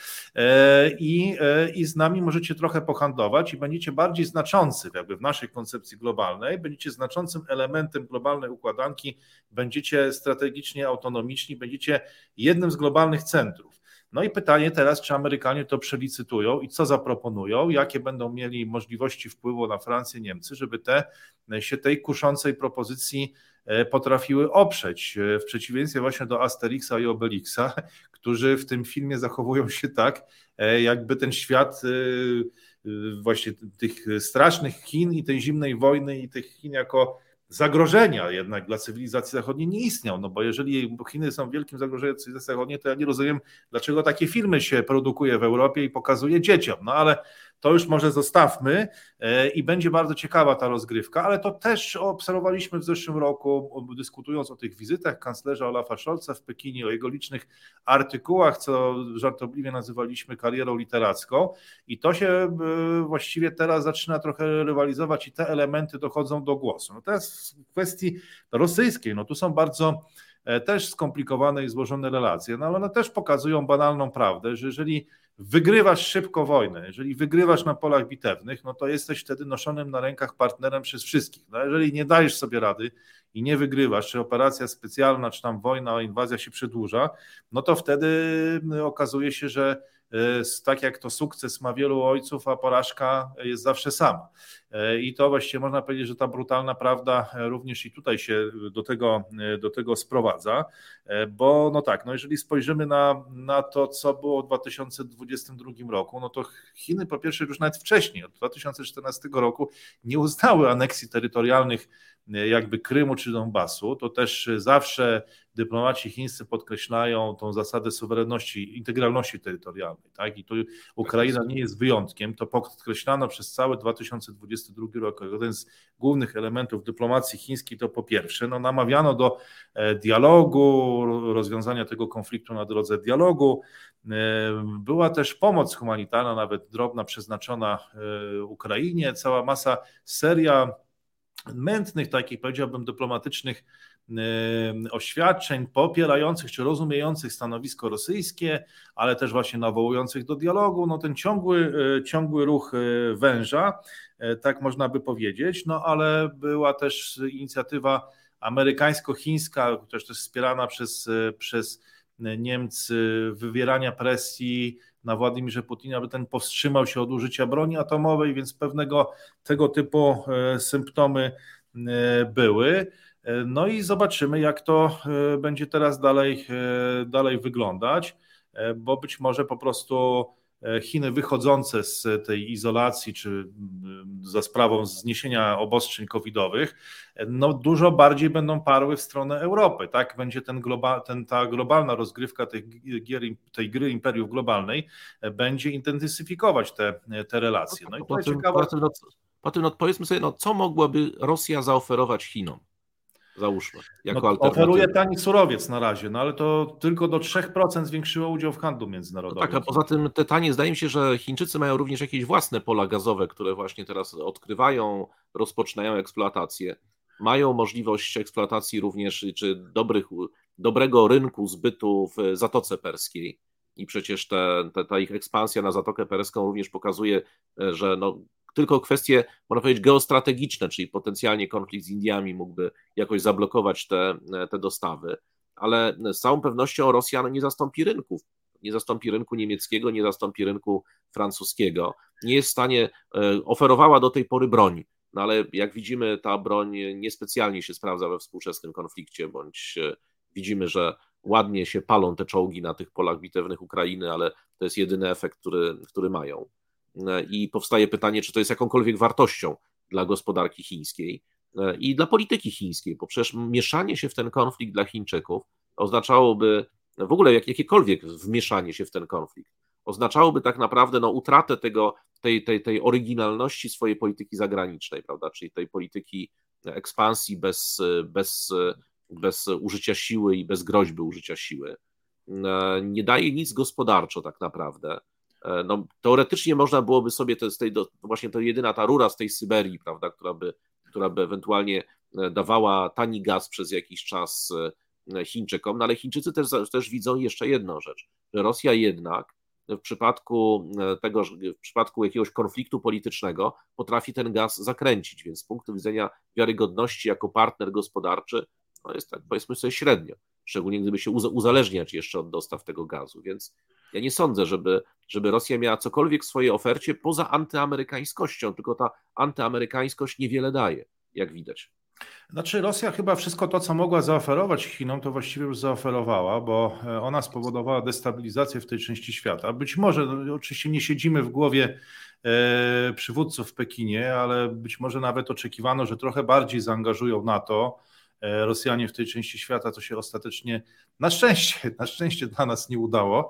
I z nami możecie trochę pohandlować i będziecie bardziej znaczący jakby w naszej koncepcji globalnej, będziecie znaczącym elementem globalnej układanki, będziecie strategicznie autonomiczni, będziecie jednym z globalnych centrów. No i pytanie teraz, czy Amerykanie to przelicytują i co zaproponują, jakie będą mieli możliwości wpływu na Francję, Niemcy, żeby się tej kuszącej propozycji potrafiły oprzeć, w przeciwieństwie właśnie do Asterixa i Obelixa, którzy w tym filmie zachowują się tak, jakby ten świat właśnie tych strasznych Chin i tej zimnej wojny i tych Chin jako zagrożenia jednak dla cywilizacji zachodniej nie istniał, no bo jeżeli Chiny są wielkim zagrożeniem cywilizacji zachodniej, to ja nie rozumiem, dlaczego takie filmy się produkuje w Europie i pokazuje dzieciom, no ale to już może zostawmy i będzie bardzo ciekawa ta rozgrywka, ale to też obserwowaliśmy w zeszłym roku, dyskutując o tych wizytach kanclerza Olafa Scholza w Pekinie, o jego licznych artykułach, co żartobliwie nazywaliśmy karierą literacką i to się właściwie teraz zaczyna trochę rywalizować i te elementy dochodzą do głosu. No teraz w kwestii rosyjskiej, no tu są bardzo też skomplikowane i złożone relacje, no ale one też pokazują banalną prawdę, że jeżeli wygrywasz szybko wojnę, jeżeli wygrywasz na polach bitewnych, no to jesteś wtedy noszonym na rękach partnerem przez wszystkich. No jeżeli nie dajesz sobie rady i nie wygrywasz, czy operacja specjalna, czy tam wojna, inwazja się przedłuża, no to wtedy okazuje się, że tak jak to sukces ma wielu ojców, a porażka jest zawsze sama. I to właściwie można powiedzieć, że ta brutalna prawda również i tutaj się do tego sprowadza, bo no tak, no jeżeli spojrzymy na to, co było w 2022 roku, no to Chiny po pierwsze już nawet wcześniej, od 2014 roku nie uznały aneksji terytorialnych jakby Krymu czy Donbasu, to też zawsze dyplomaci chińscy podkreślają tą zasadę suwerenności, integralności terytorialnej, tak? I tu Ukraina nie jest wyjątkiem, to podkreślano przez cały 2022 rok. Jeden z głównych elementów dyplomacji chińskiej to po pierwsze, no namawiano do dialogu, rozwiązania tego konfliktu na drodze dialogu. Była też pomoc humanitarna, nawet drobna, przeznaczona Ukrainie, cała masa, seria mętnych, takich powiedziałbym dyplomatycznych oświadczeń popierających czy rozumiejących stanowisko rosyjskie, ale też właśnie nawołujących do dialogu, no ten ciągły ruch węża, tak można by powiedzieć, no ale była też inicjatywa amerykańsko-chińska, też wspierana przez Niemcy, wywierania presji na Władimirze Putina, aby ten powstrzymał się od użycia broni atomowej, więc pewnego tego typu symptomy były. No i zobaczymy, jak to będzie teraz dalej wyglądać, bo być może po prostu Chiny wychodzące z tej izolacji, czy za sprawą zniesienia obostrzeń covidowych, no dużo bardziej będą parły w stronę Europy. Tak będzie ta globalna rozgrywka tej gry imperiów globalnej będzie intensyfikować te relacje. No i to ciekawe. Po tym powiedzmy sobie, no, co mogłaby Rosja zaoferować Chinom? Załóżmy, jako alternatywę. Oferuje tani surowiec na razie, no ale to tylko do 3% zwiększyło udział w handlu międzynarodowym. No tak, a poza tym te tanie, zdaje mi się, że Chińczycy mają również jakieś własne pola gazowe, które właśnie teraz odkrywają, rozpoczynają eksploatację. Mają możliwość eksploatacji również, czy dobrego rynku zbytu w Zatoce Perskiej. I przecież ta ich ekspansja na Zatokę Perską również pokazuje, że no, tylko kwestie, można powiedzieć, geostrategiczne, czyli potencjalnie konflikt z Indiami mógłby jakoś zablokować te dostawy, ale z całą pewnością Rosja nie zastąpi rynków. Nie zastąpi rynku niemieckiego, nie zastąpi rynku francuskiego. Nie jest w stanie, oferowała do tej pory broń, no ale jak widzimy, ta broń niespecjalnie się sprawdza we współczesnym konflikcie, bądź widzimy, że ładnie się palą te czołgi na tych polach bitewnych Ukrainy, ale to jest jedyny efekt, który mają. I powstaje pytanie, czy to jest jakąkolwiek wartością dla gospodarki chińskiej i dla polityki chińskiej, bo przecież mieszanie się w ten konflikt dla Chińczyków oznaczałoby, w ogóle jakiekolwiek wmieszanie się w ten konflikt, oznaczałoby tak naprawdę no, utratę tej oryginalności swojej polityki zagranicznej, prawda, czyli tej polityki ekspansji bez użycia siły i bez groźby użycia siły. Nie daje nic gospodarczo tak naprawdę. No, teoretycznie można byłoby sobie właśnie to jedyna ta rura z tej Syberii, prawda, która by ewentualnie dawała tani gaz przez jakiś czas Chińczykom, no ale Chińczycy też widzą jeszcze jedną rzecz, że Rosja jednak w przypadku jakiegoś konfliktu politycznego potrafi ten gaz zakręcić, więc z punktu widzenia wiarygodności jako partner gospodarczy, no jest tak, powiedzmy sobie, średnio, szczególnie gdyby się uzależniać jeszcze od dostaw tego gazu, więc ja nie sądzę, żeby Rosja miała cokolwiek w swojej ofercie poza antyamerykańskością, tylko ta antyamerykańskość niewiele daje, jak widać. Znaczy Rosja chyba wszystko to, co mogła zaoferować Chinom, to właściwie już zaoferowała, bo ona spowodowała destabilizację w tej części świata. Być może, no, oczywiście nie siedzimy w głowie przywódców w Pekinie, ale być może nawet oczekiwano, że trochę bardziej zaangażują NATO Rosjanie w tej części świata, co się ostatecznie na szczęście dla nas nie udało.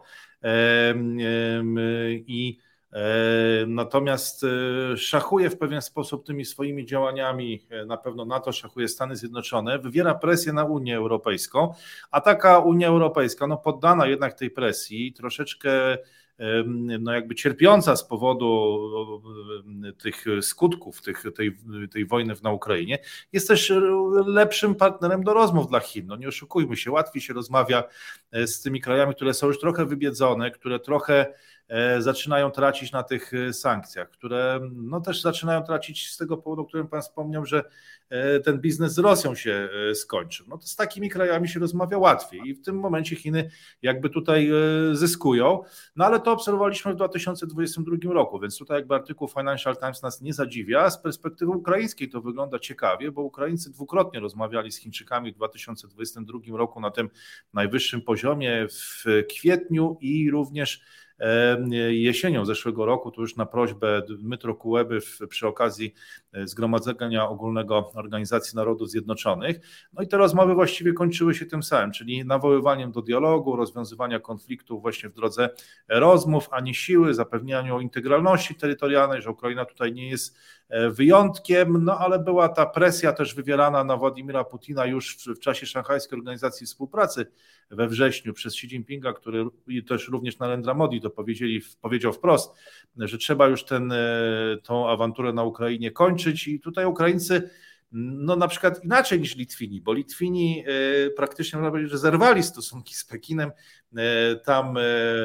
Natomiast szachuje w pewien sposób tymi swoimi działaniami, na pewno NATO szachuje Stany Zjednoczone, wywiera presję na Unię Europejską, a taka Unia Europejska, no poddana jednak tej presji, troszeczkę no jakby cierpiąca z powodu tych skutków tej wojny na Ukrainie, jest też lepszym partnerem do rozmów dla Chin. No nie oszukujmy się, łatwiej się rozmawia z tymi krajami, które są już trochę wybiedzone, które trochę zaczynają tracić na tych sankcjach, które no też zaczynają tracić z tego powodu, o którym Pan wspomniał, że ten biznes z Rosją się skończył. No to z takimi krajami się rozmawia łatwiej i w tym momencie Chiny jakby tutaj zyskują, no ale to obserwowaliśmy w 2022 roku, więc tutaj jakby artykuł Financial Times nas nie zadziwia. Z perspektywy ukraińskiej to wygląda ciekawie, bo Ukraińcy dwukrotnie rozmawiali z Chińczykami w 2022 roku na tym najwyższym poziomie w kwietniu i również jesienią zeszłego roku, to już na prośbę Dmytro Kuleby przy okazji Zgromadzenia Ogólnego Organizacji Narodów Zjednoczonych. No i te rozmowy właściwie kończyły się tym samym, czyli nawoływaniem do dialogu, rozwiązywania konfliktów właśnie w drodze rozmów, a nie siły, zapewnianiu integralności terytorialnej, że Ukraina tutaj nie jest wyjątkiem, no ale była ta presja też wywierana na Władimira Putina już w czasie Szanghajskiej Organizacji Współpracy we wrześniu przez Xi Jinpinga, który też również Narendra Modi to powiedział wprost, że trzeba już tą awanturę na Ukrainie kończyć i tutaj Ukraińcy no na przykład inaczej niż Litwini, bo Litwini praktycznie można powiedzieć, że zerwali stosunki z Pekinem, tam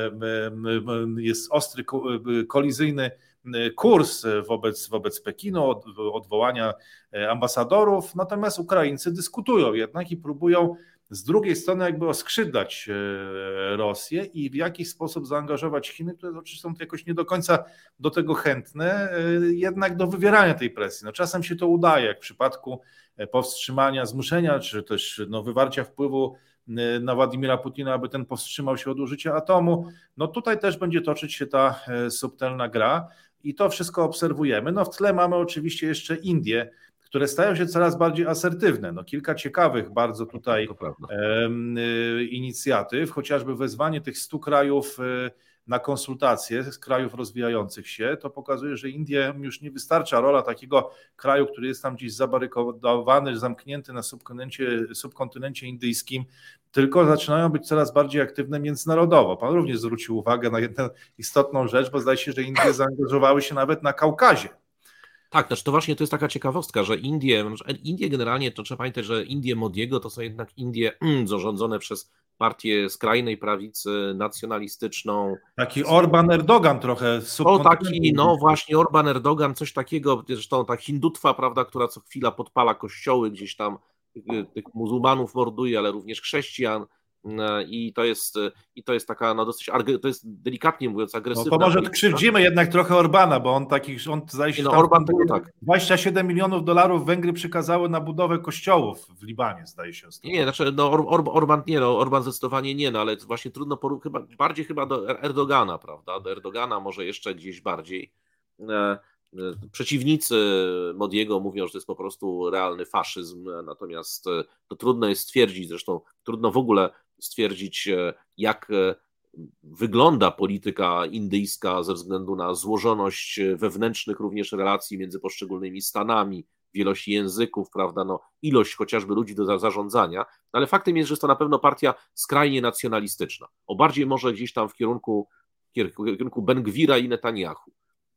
jest ostry, kolizyjny kurs wobec Pekinu, odwołania ambasadorów, natomiast Ukraińcy dyskutują jednak i próbują z drugiej strony jakby oskrzydlać Rosję i w jakiś sposób zaangażować Chiny, które oczywiście są jakoś nie do końca do tego chętne, jednak do wywierania tej presji. No czasem się to udaje, jak w przypadku powstrzymania, zmuszenia, czy też no, wywarcia wpływu na Władimira Putina, aby ten powstrzymał się od użycia atomu. No tutaj też będzie toczyć się ta subtelna gra i to wszystko obserwujemy. No w tle mamy oczywiście jeszcze Indie, które stają się coraz bardziej asertywne. No, kilka ciekawych bardzo tutaj inicjatyw, chociażby wezwanie tych 100 krajów na konsultacje z krajów rozwijających się, to pokazuje, że Indie już nie wystarcza rola takiego kraju, który jest tam gdzieś zabarykadowany, zamknięty na subkontynencie indyjskim, tylko zaczynają być coraz bardziej aktywne międzynarodowo. Pan również zwrócił uwagę na jedną istotną rzecz, bo zdaje się, że Indie zaangażowały się nawet na Kaukazie. Tak, znaczy to właśnie to jest taka ciekawostka, że Indie generalnie, to trzeba pamiętać, że Indie Modiego to są jednak Indie zarządzone przez partię skrajnej prawicy, nacjonalistyczną. Taki Orban Erdogan trochę. O taki, no właśnie Orban Erdogan, coś takiego, zresztą ta hindutwa, prawda, która co chwila podpala kościoły, gdzieś tam tych muzułmanów morduje, ale również chrześcijan. I to jest taka no dosyć, to jest delikatnie mówiąc agresywna. No to może krzywdzimy jednak trochę Orbana, bo on zdaje się, Orban tego tak. 27 milionów dolarów Węgry przekazały na budowę kościołów w Libanie, zdaje się. Nie, znaczy no Orban zdecydowanie nie, no ale właśnie trudno bardziej chyba do Erdogana, prawda? Do Erdogana może jeszcze gdzieś bardziej. Przeciwnicy Modiego mówią, że to jest po prostu realny faszyzm, natomiast to trudno jest stwierdzić, zresztą trudno w ogóle stwierdzić, jak wygląda polityka indyjska ze względu na złożoność wewnętrznych również relacji między poszczególnymi stanami, wielość języków, prawda, no, ilość chociażby ludzi do zarządzania, ale faktem jest, że jest to na pewno partia skrajnie nacjonalistyczna, bardziej może gdzieś tam w kierunku Ben-Gwira i Netanyahu.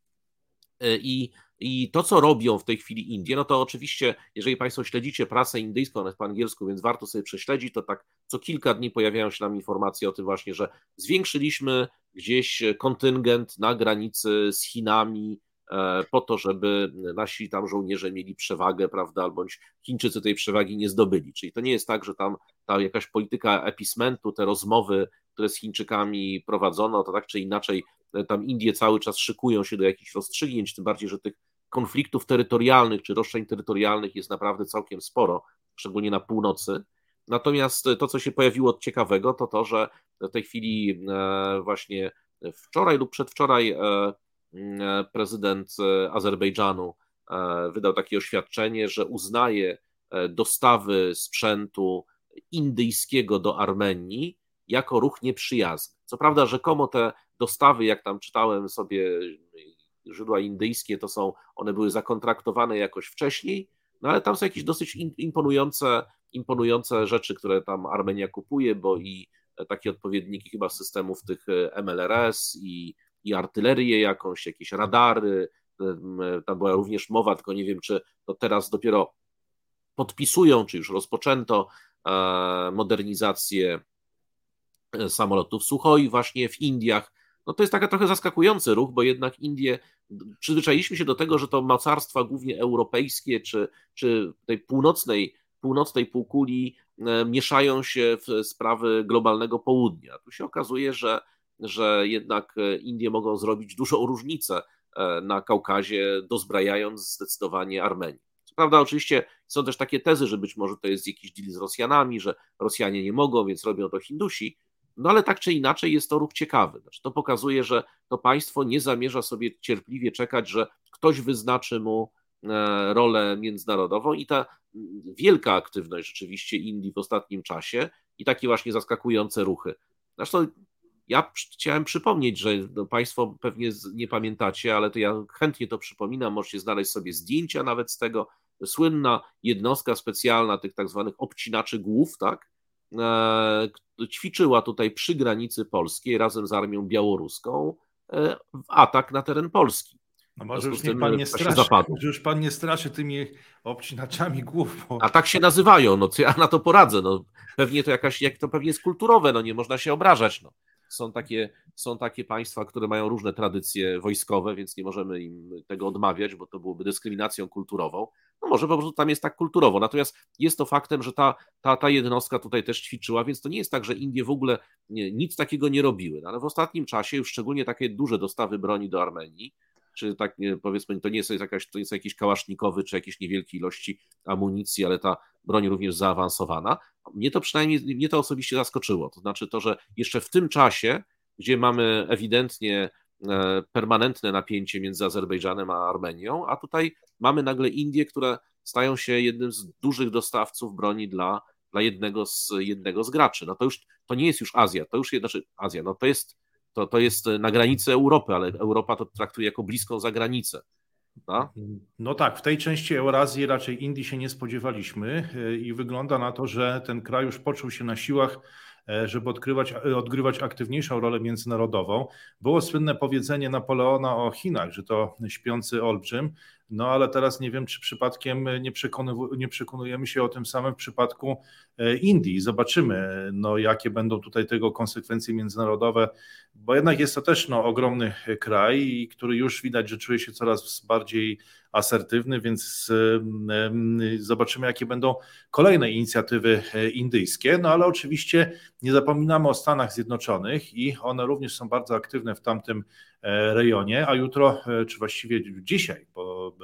I to, co robią w tej chwili Indie, no to oczywiście, jeżeli Państwo śledzicie prasę indyjską, ona jest po angielsku, więc warto sobie prześledzić, to tak co kilka dni pojawiają się nam informacje o tym właśnie, że zwiększyliśmy gdzieś kontyngent na granicy z Chinami po to, żeby nasi tam żołnierze mieli przewagę, prawda, bądź Chińczycy tej przewagi nie zdobyli. Czyli to nie jest tak, że tam ta jakaś polityka appeasementu, te rozmowy, które z Chińczykami prowadzono, to tak czy inaczej tam Indie cały czas szykują się do jakichś rozstrzygnięć, tym bardziej, że tych konfliktów terytorialnych czy roszczeń terytorialnych jest naprawdę całkiem sporo, szczególnie na północy. Natomiast to, co się pojawiło ciekawego, to to, że w tej chwili właśnie wczoraj lub przedwczoraj prezydent Azerbejdżanu wydał takie oświadczenie, że uznaje dostawy sprzętu indyjskiego do Armenii jako ruch nieprzyjazny. Co prawda rzekomo te dostawy, jak tam czytałem sobie źródła indyjskie, one były zakontraktowane jakoś wcześniej, no ale tam są jakieś dosyć imponujące rzeczy, które tam Armenia kupuje, bo i takie odpowiedniki chyba systemów tych MLRS i artylerię jakąś, jakieś radary. Tam była również mowa, tylko nie wiem, czy to teraz dopiero podpisują, czy już rozpoczęto modernizację samolotów Suchoi właśnie w Indiach. No to jest taki trochę zaskakujący ruch, bo jednak Indie, przyzwyczailiśmy się do tego, że to mocarstwa głównie europejskie czy tej północnej półkuli mieszają się w sprawy globalnego południa. Tu się okazuje, że jednak Indie mogą zrobić dużą różnicę na Kaukazie, dozbrajając zdecydowanie Armenię. Co prawda oczywiście są też takie tezy, że być może to jest jakiś deal z Rosjanami, że Rosjanie nie mogą, więc robią to Hindusi, no ale tak czy inaczej jest to ruch ciekawy. Znaczy, to pokazuje, że to państwo nie zamierza sobie cierpliwie czekać, że ktoś wyznaczy mu rolę międzynarodową i ta wielka aktywność rzeczywiście Indii w ostatnim czasie i takie właśnie zaskakujące ruchy. Zresztą ja chciałem przypomnieć, że Państwo pewnie nie pamiętacie, ale to ja chętnie to przypominam, możecie znaleźć sobie zdjęcia nawet z tego. Słynna jednostka specjalna tych tak zwanych obcinaczy głów, tak? Ćwiczyła tutaj przy granicy polskiej razem z armią białoruską atak na teren Polski. No może już pan nie straszy tymi obcinaczami głów. Bo... A tak się nazywają, no co ja na to poradzę, no pewnie to to pewnie jest kulturowe, no nie można się obrażać, no. Są takie państwa, które mają różne tradycje wojskowe, więc nie możemy im tego odmawiać, bo to byłoby dyskryminacją kulturową. No może po prostu tam jest tak kulturowo. Natomiast jest to faktem, że ta jednostka tutaj też ćwiczyła, więc to nie jest tak, że Indie w ogóle nic takiego nie robiły. No ale w ostatnim czasie już szczególnie takie duże dostawy broni do Armenii, czy tak powiedzmy, to nie są jakieś kałasznikowy, czy jakieś niewielkie ilości amunicji, ale ta broń również zaawansowana. Mnie to osobiście zaskoczyło. To znaczy to, że jeszcze w tym czasie, gdzie mamy ewidentnie permanentne napięcie między Azerbejdżanem a Armenią, a tutaj mamy nagle Indie, które stają się jednym z dużych dostawców broni dla jednego z graczy. No to nie jest już Azja, Azja, no to jest na granicy Europy, ale Europa to traktuje jako bliską zagranicę. No? No tak, w tej części Eurazji raczej Indii się nie spodziewaliśmy i wygląda na to, że ten kraj już poczuł się na siłach, żeby odgrywać aktywniejszą rolę międzynarodową. Było słynne powiedzenie Napoleona o Chinach, że to śpiący olbrzym, no ale teraz nie wiem, czy przypadkiem nie przekonujemy się o tym samym w przypadku Indii. Zobaczymy, no, jakie będą tutaj tego konsekwencje międzynarodowe, bo jednak jest to też ogromny kraj, który już widać, że czuje się coraz bardziej asertywny, więc zobaczymy, jakie będą kolejne inicjatywy indyjskie. No ale oczywiście nie zapominamy o Stanach Zjednoczonych i one również są bardzo aktywne w tamtym rejonie, a jutro, czy właściwie dzisiaj, bo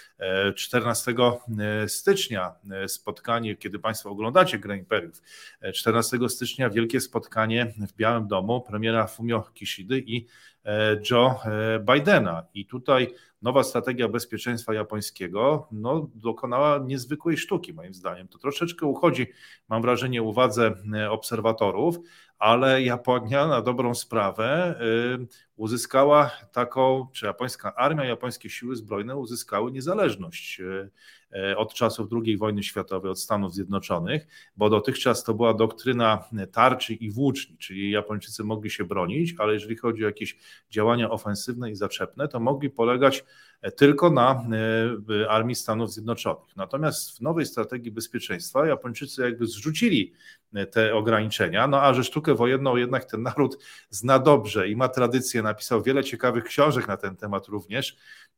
14 stycznia spotkanie, kiedy Państwo oglądacie Grę Imperiów, 14 stycznia wielkie spotkanie w Białym Domu premiera Fumio Kishidy i Joe Bidena. I tutaj nowa strategia bezpieczeństwa japońskiego dokonała niezwykłej sztuki, moim zdaniem. To troszeczkę uchodzi, mam wrażenie, uwadze obserwatorów, ale Japonia na dobrą sprawę uzyskała czy japońska armia, japońskie siły zbrojne uzyskały niezależność od czasów II wojny światowej, od Stanów Zjednoczonych, bo dotychczas to była doktryna tarczy i włóczni, czyli Japończycy mogli się bronić, ale jeżeli chodzi o jakieś działania ofensywne i zaczepne, to mogli polegać tylko na armii Stanów Zjednoczonych. Natomiast w nowej strategii bezpieczeństwa Japończycy jakby zrzucili te ograniczenia, a że sztukę wojenną jednak ten naród zna dobrze i ma tradycję, napisał wiele ciekawych książek na ten temat również,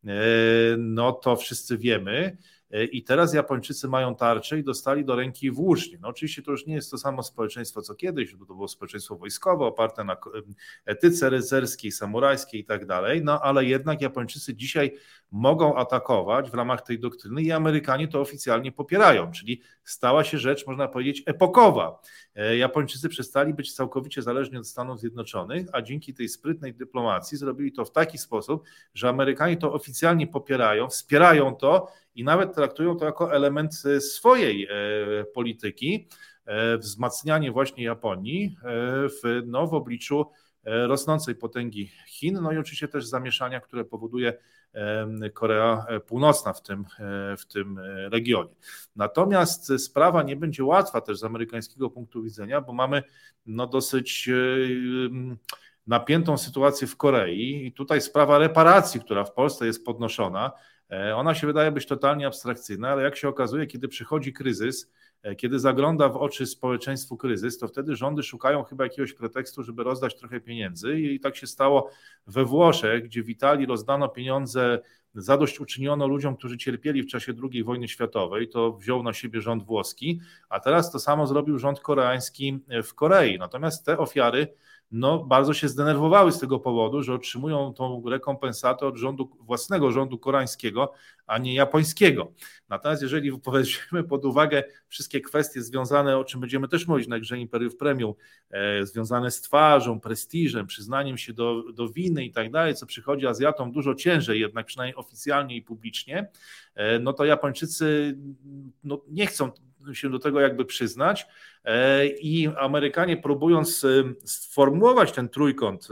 to wszyscy wiemy. I teraz Japończycy mają tarczę i dostali do ręki włócznie. Oczywiście to już nie jest to samo społeczeństwo co kiedyś, bo to było społeczeństwo wojskowe oparte na etyce rycerskiej, samurajskiej i tak dalej, ale jednak Japończycy dzisiaj mogą atakować w ramach tej doktryny i Amerykanie to oficjalnie popierają, czyli stała się rzecz, można powiedzieć, epokowa. Japończycy przestali być całkowicie zależni od Stanów Zjednoczonych, a dzięki tej sprytnej dyplomacji zrobili to w taki sposób, że Amerykanie to oficjalnie popierają, wspierają to i nawet traktują to jako element swojej polityki, wzmacnianie właśnie Japonii w obliczu rosnącej potęgi Chin, no i oczywiście też zamieszania, które powoduje Korea Północna w tym regionie. Natomiast sprawa nie będzie łatwa też z amerykańskiego punktu widzenia, bo mamy dosyć napiętą sytuację w Korei i tutaj sprawa reparacji, która w Polsce jest podnoszona, ona się wydaje być totalnie abstrakcyjna, ale jak się okazuje, kiedy przychodzi kryzys, kiedy zagląda w oczy społeczeństwu kryzys, to wtedy rządy szukają chyba jakiegoś pretekstu, żeby rozdać trochę pieniędzy i tak się stało we Włoszech, gdzie w Italii rozdano pieniądze, zadośćuczyniono ludziom, którzy cierpieli w czasie II wojny światowej, to wziął na siebie rząd włoski, a teraz to samo zrobił rząd koreański w Korei. Natomiast te ofiary bardzo się zdenerwowały z tego powodu, że otrzymują tą rekompensatę od własnego rządu koreańskiego, a nie japońskiego. Natomiast jeżeli weźmiemy pod uwagę wszystkie kwestie związane, o czym będziemy też mówić na Grze Imperiów Premium, związane z twarzą, prestiżem, przyznaniem się do winy i tak dalej, co przychodzi Azjatom dużo ciężej, jednak przynajmniej oficjalnie i publicznie, no to Japończycy nie chcą się do tego jakby przyznać i Amerykanie, próbując sformułować ten trójkąt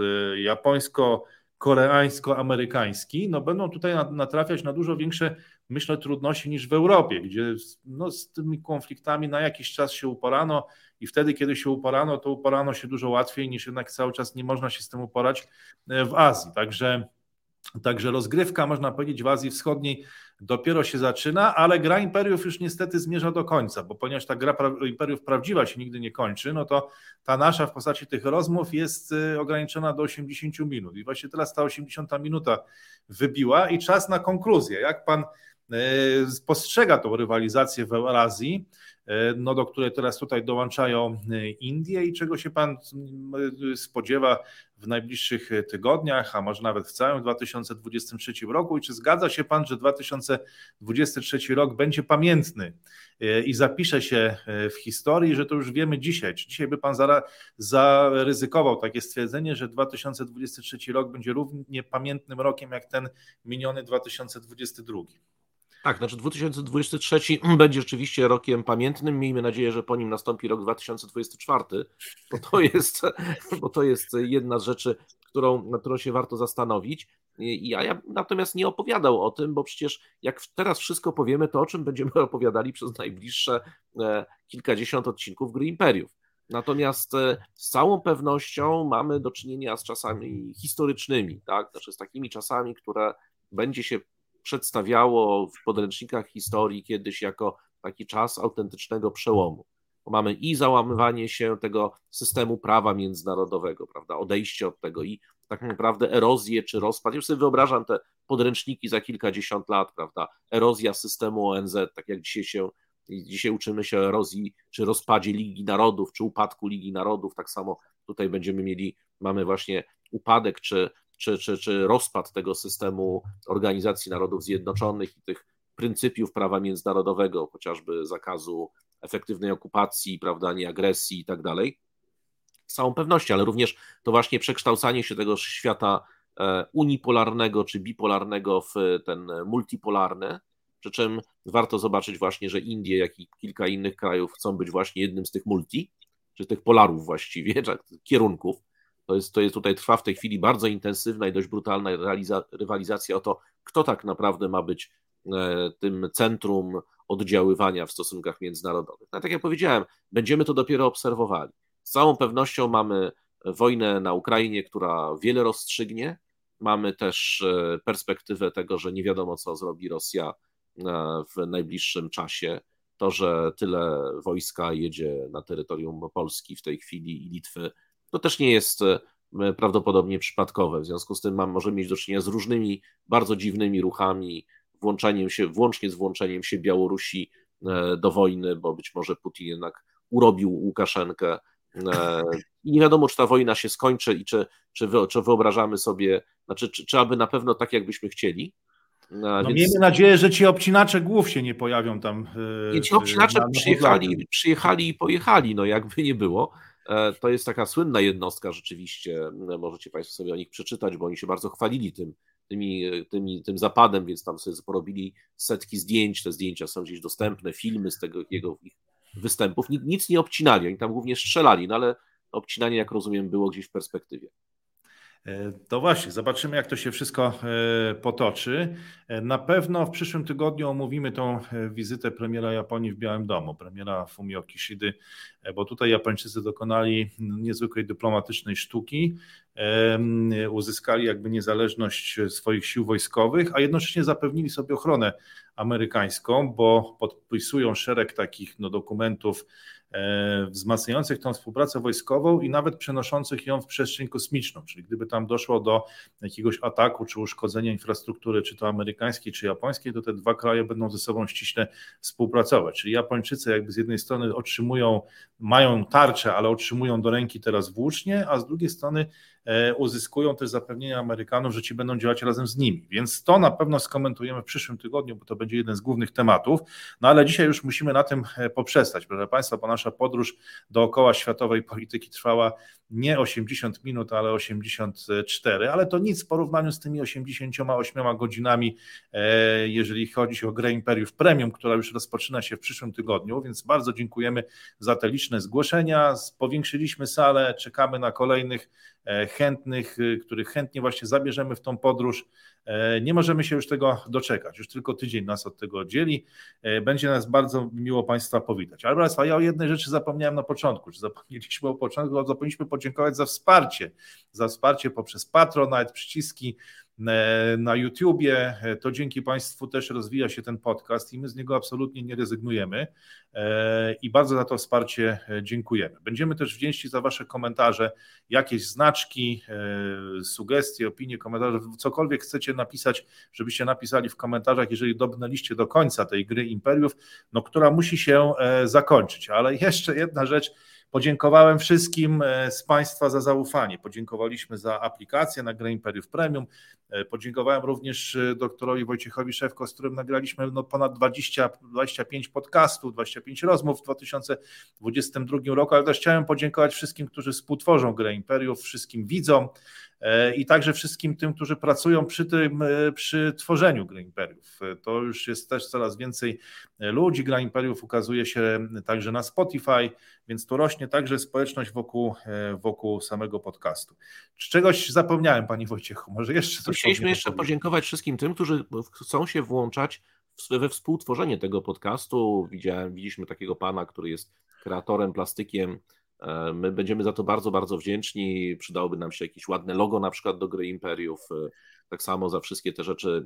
japońsko-koreańsko-amerykański, będą tutaj natrafiać na dużo większe, myślę, trudności niż w Europie, gdzie z tymi konfliktami na jakiś czas się uporano i wtedy, kiedy się uporano, to uporano się dużo łatwiej niż jednak cały czas nie można się z tym uporać w Azji. Także rozgrywka, można powiedzieć, w Azji Wschodniej dopiero się zaczyna, ale gra imperiów już niestety zmierza do końca, bo ponieważ ta gra imperiów prawdziwa się nigdy nie kończy, no to ta nasza w postaci tych rozmów jest ograniczona do 80 minut. I właśnie teraz ta 80 minuta wybiła i czas na konkluzję. Jak pan postrzega tą rywalizację w Eurazji, do której teraz tutaj dołączają Indie i czego się pan spodziewa w najbliższych tygodniach, a może nawet w całym 2023 roku i czy zgadza się pan, że 2023 rok będzie pamiętny i zapisze się w historii, że to już wiemy dzisiaj. Czy dzisiaj by pan zaryzykował takie stwierdzenie, że 2023 rok będzie równie pamiętnym rokiem jak ten miniony 2022? Tak, znaczy 2023 będzie rzeczywiście rokiem pamiętnym. Miejmy nadzieję, że po nim nastąpi rok 2024, bo to jest jedna z rzeczy, nad którą się warto zastanowić. Ja natomiast nie opowiadał o tym, bo przecież jak teraz wszystko powiemy, to o czym będziemy opowiadali przez najbliższe kilkadziesiąt odcinków Gry Imperiów. Natomiast z całą pewnością mamy do czynienia z czasami historycznymi, tak? Znaczy z takimi czasami, które będzie się przedstawiało w podręcznikach historii kiedyś jako taki czas autentycznego przełomu. Bo mamy i załamywanie się tego systemu prawa międzynarodowego, prawda, odejście od tego i tak naprawdę erozję czy rozpad. Już sobie wyobrażam te podręczniki za kilkadziesiąt lat, prawda, erozja systemu ONZ, tak jak dzisiaj uczymy się o erozji czy rozpadzie Ligi Narodów, czy upadku Ligi Narodów, tak samo tutaj mamy właśnie upadek czy rozpad tego systemu Organizacji Narodów Zjednoczonych i tych pryncypiów prawa międzynarodowego, chociażby zakazu efektywnej okupacji, prawda, nieagresji i tak dalej, z całą pewnością, ale również to właśnie przekształcanie się tego świata unipolarnego czy bipolarnego w ten multipolarny, przy czym warto zobaczyć właśnie, że Indie, jak i kilka innych krajów chcą być właśnie jednym z tych czy tych polarów właściwie, czy kierunków. To jest tutaj trwa w tej chwili bardzo intensywna i dość brutalna rywalizacja o to, kto tak naprawdę ma być tym centrum oddziaływania w stosunkach międzynarodowych. No, tak jak powiedziałem, będziemy to dopiero obserwowali. Z całą pewnością mamy wojnę na Ukrainie, która wiele rozstrzygnie. Mamy też perspektywę tego, że nie wiadomo, co zrobi Rosja w najbliższym czasie. To, że tyle wojska jedzie na terytorium Polski w tej chwili i Litwy, to też nie jest prawdopodobnie przypadkowe. W związku z tym możemy mieć do czynienia z różnymi bardzo dziwnymi ruchami, włącznie z włączeniem się Białorusi do wojny, bo być może Putin jednak urobił Łukaszenkę. I nie wiadomo, czy ta wojna się skończy i czy wyobrażamy sobie, czy aby na pewno tak, jakbyśmy chcieli. Więc... Miejmy nadzieję, że ci obcinacze głów się nie pojawią tam. Ci obcinacze przyjechali i pojechali, jakby nie było. To jest taka słynna jednostka rzeczywiście, możecie Państwo sobie o nich przeczytać, bo oni się bardzo chwalili tym zapadem, więc tam sobie porobili setki zdjęć, te zdjęcia są gdzieś dostępne, filmy z ich występów, nic nie obcinali, oni tam głównie strzelali, ale obcinanie, jak rozumiem, było gdzieś w perspektywie. To właśnie, zobaczymy, jak to się wszystko potoczy. Na pewno w przyszłym tygodniu omówimy tą wizytę premiera Japonii w Białym Domu, premiera Fumio Kishidy, bo tutaj Japończycy dokonali niezwykłej dyplomatycznej sztuki, uzyskali jakby niezależność swoich sił wojskowych, a jednocześnie zapewnili sobie ochronę amerykańską, bo podpisują szereg takich dokumentów wzmacniających tą współpracę wojskową i nawet przenoszących ją w przestrzeń kosmiczną, czyli gdyby tam doszło do jakiegoś ataku czy uszkodzenia infrastruktury, czy to amerykańskiej, czy japońskiej, to te dwa kraje będą ze sobą ściśle współpracować. Czyli Japończycy jakby z jednej strony mają tarczę, ale otrzymują do ręki teraz włócznie, a z drugiej strony uzyskują też zapewnienia Amerykanów, że ci będą działać razem z nimi. Więc to na pewno skomentujemy w przyszłym tygodniu, bo to będzie jeden z głównych tematów. No ale dzisiaj już musimy na tym poprzestać, proszę Państwa, bo nasza podróż dookoła światowej polityki trwała nie 80 minut, ale 84, ale to nic w porównaniu z tymi 88 godzinami, jeżeli chodzi o grę Imperiów Premium, która już rozpoczyna się w przyszłym tygodniu, więc bardzo dziękujemy za te liczne zgłoszenia. Powiększyliśmy salę, czekamy na kolejnych chętnych, których chętnie właśnie zabierzemy w tą podróż. Nie możemy się już tego doczekać, już tylko tydzień nas od tego oddzieli. Będzie nas bardzo miło Państwa powitać. Ale Państwa, ja o jednej rzeczy zapomniałem na początku, zapomnieliśmy podziękować za wsparcie poprzez Patronite, przyciski na YouTubie. To dzięki Państwu też rozwija się ten podcast i my z niego absolutnie nie rezygnujemy i bardzo za to wsparcie dziękujemy. Będziemy też wdzięczni za Wasze komentarze, jakieś znaczki, sugestie, opinie, komentarze, cokolwiek chcecie napisać, żebyście napisali w komentarzach, jeżeli dobrnęliście do końca tej gry Imperiów, która musi się zakończyć. Ale jeszcze jedna rzecz. Podziękowałem wszystkim z Państwa za zaufanie. Podziękowaliśmy za aplikację na grę Imperiów Premium. Podziękowałem również doktorowi Wojciechowi Szewko, z którym nagraliśmy ponad 25 podcastów, 25 rozmów w 2022 roku, ale też chciałem podziękować wszystkim, którzy współtworzą grę Imperiów, wszystkim widzom i także wszystkim tym, którzy pracują przy tworzeniu gry Imperiów. To już jest też coraz więcej ludzi. Gra Imperiów ukazuje się także na Spotify, więc tu rośnie także społeczność wokół samego podcastu. Czy czegoś zapomniałem, Panie Wojciechu? Może jeszcze coś? Chcieliśmy jeszcze podziękować wszystkim tym, którzy chcą się włączać we współtworzenie tego podcastu. Widzieliśmy takiego pana, który jest kreatorem, plastykiem. My będziemy za to bardzo, bardzo wdzięczni. Przydałoby nam się jakieś ładne logo na przykład do gry Imperiów. Tak samo za wszystkie te rzeczy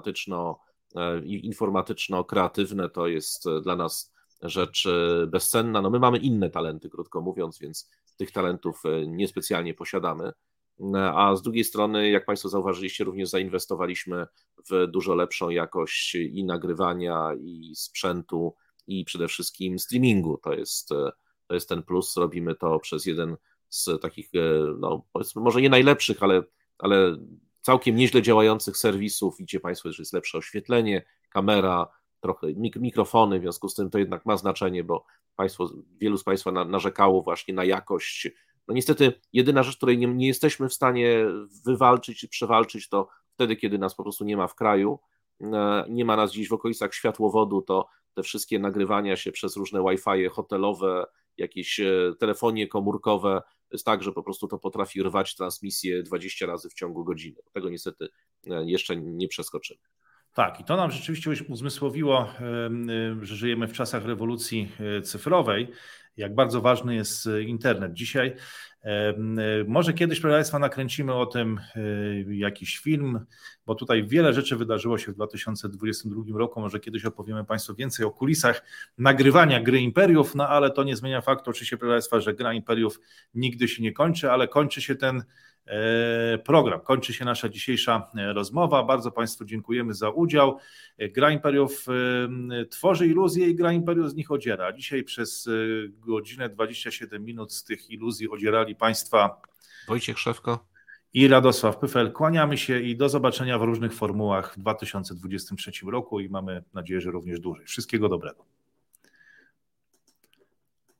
informatyczno-kreatywne. To jest dla nas rzecz bezcenna. My mamy inne talenty, krótko mówiąc, więc tych talentów niespecjalnie posiadamy. A z drugiej strony, jak Państwo zauważyliście, również zainwestowaliśmy w dużo lepszą jakość i nagrywania, i sprzętu, i przede wszystkim streamingu. To jest ten plus. Robimy to przez jeden z takich, powiedzmy, może nie najlepszych, ale całkiem nieźle działających serwisów. Widzicie Państwo, że jest lepsze oświetlenie, kamera, trochę mikrofony, w związku z tym to jednak ma znaczenie, bo wielu z Państwa narzekało właśnie na jakość. Niestety jedyna rzecz, której nie jesteśmy w stanie wywalczyć czy przewalczyć, to wtedy, kiedy nas po prostu nie ma w kraju, nie ma nas gdzieś w okolicach światłowodu, to te wszystkie nagrywania się przez różne Wi-Fi hotelowe, jakieś telefonie komórkowe, jest tak, że po prostu to potrafi rwać transmisję 20 razy w ciągu godziny. Tego niestety jeszcze nie przeskoczymy. Tak, i to nam rzeczywiście uzmysłowiło, że żyjemy w czasach rewolucji cyfrowej, jak bardzo ważny jest internet dzisiaj. Może kiedyś, proszę Państwa, nakręcimy o tym jakiś film, bo tutaj wiele rzeczy wydarzyło się w 2022 roku. Może kiedyś opowiemy Państwu więcej o kulisach nagrywania gry Imperiów, ale to nie zmienia faktu, oczywiście, proszę Państwa, że gra Imperiów nigdy się nie kończy, ale kończy się ten program. Kończy się nasza dzisiejsza rozmowa. Bardzo Państwu dziękujemy za udział. Gra Imperiów tworzy iluzje i Gra Imperiów z nich odziera. Dzisiaj przez godzinę 27 minut z tych iluzji odzierali Państwa Wojciech Szewko i Radosław Pyfel. Kłaniamy się i do zobaczenia w różnych formułach w 2023 roku i mamy nadzieję, że również dłużej. Wszystkiego dobrego.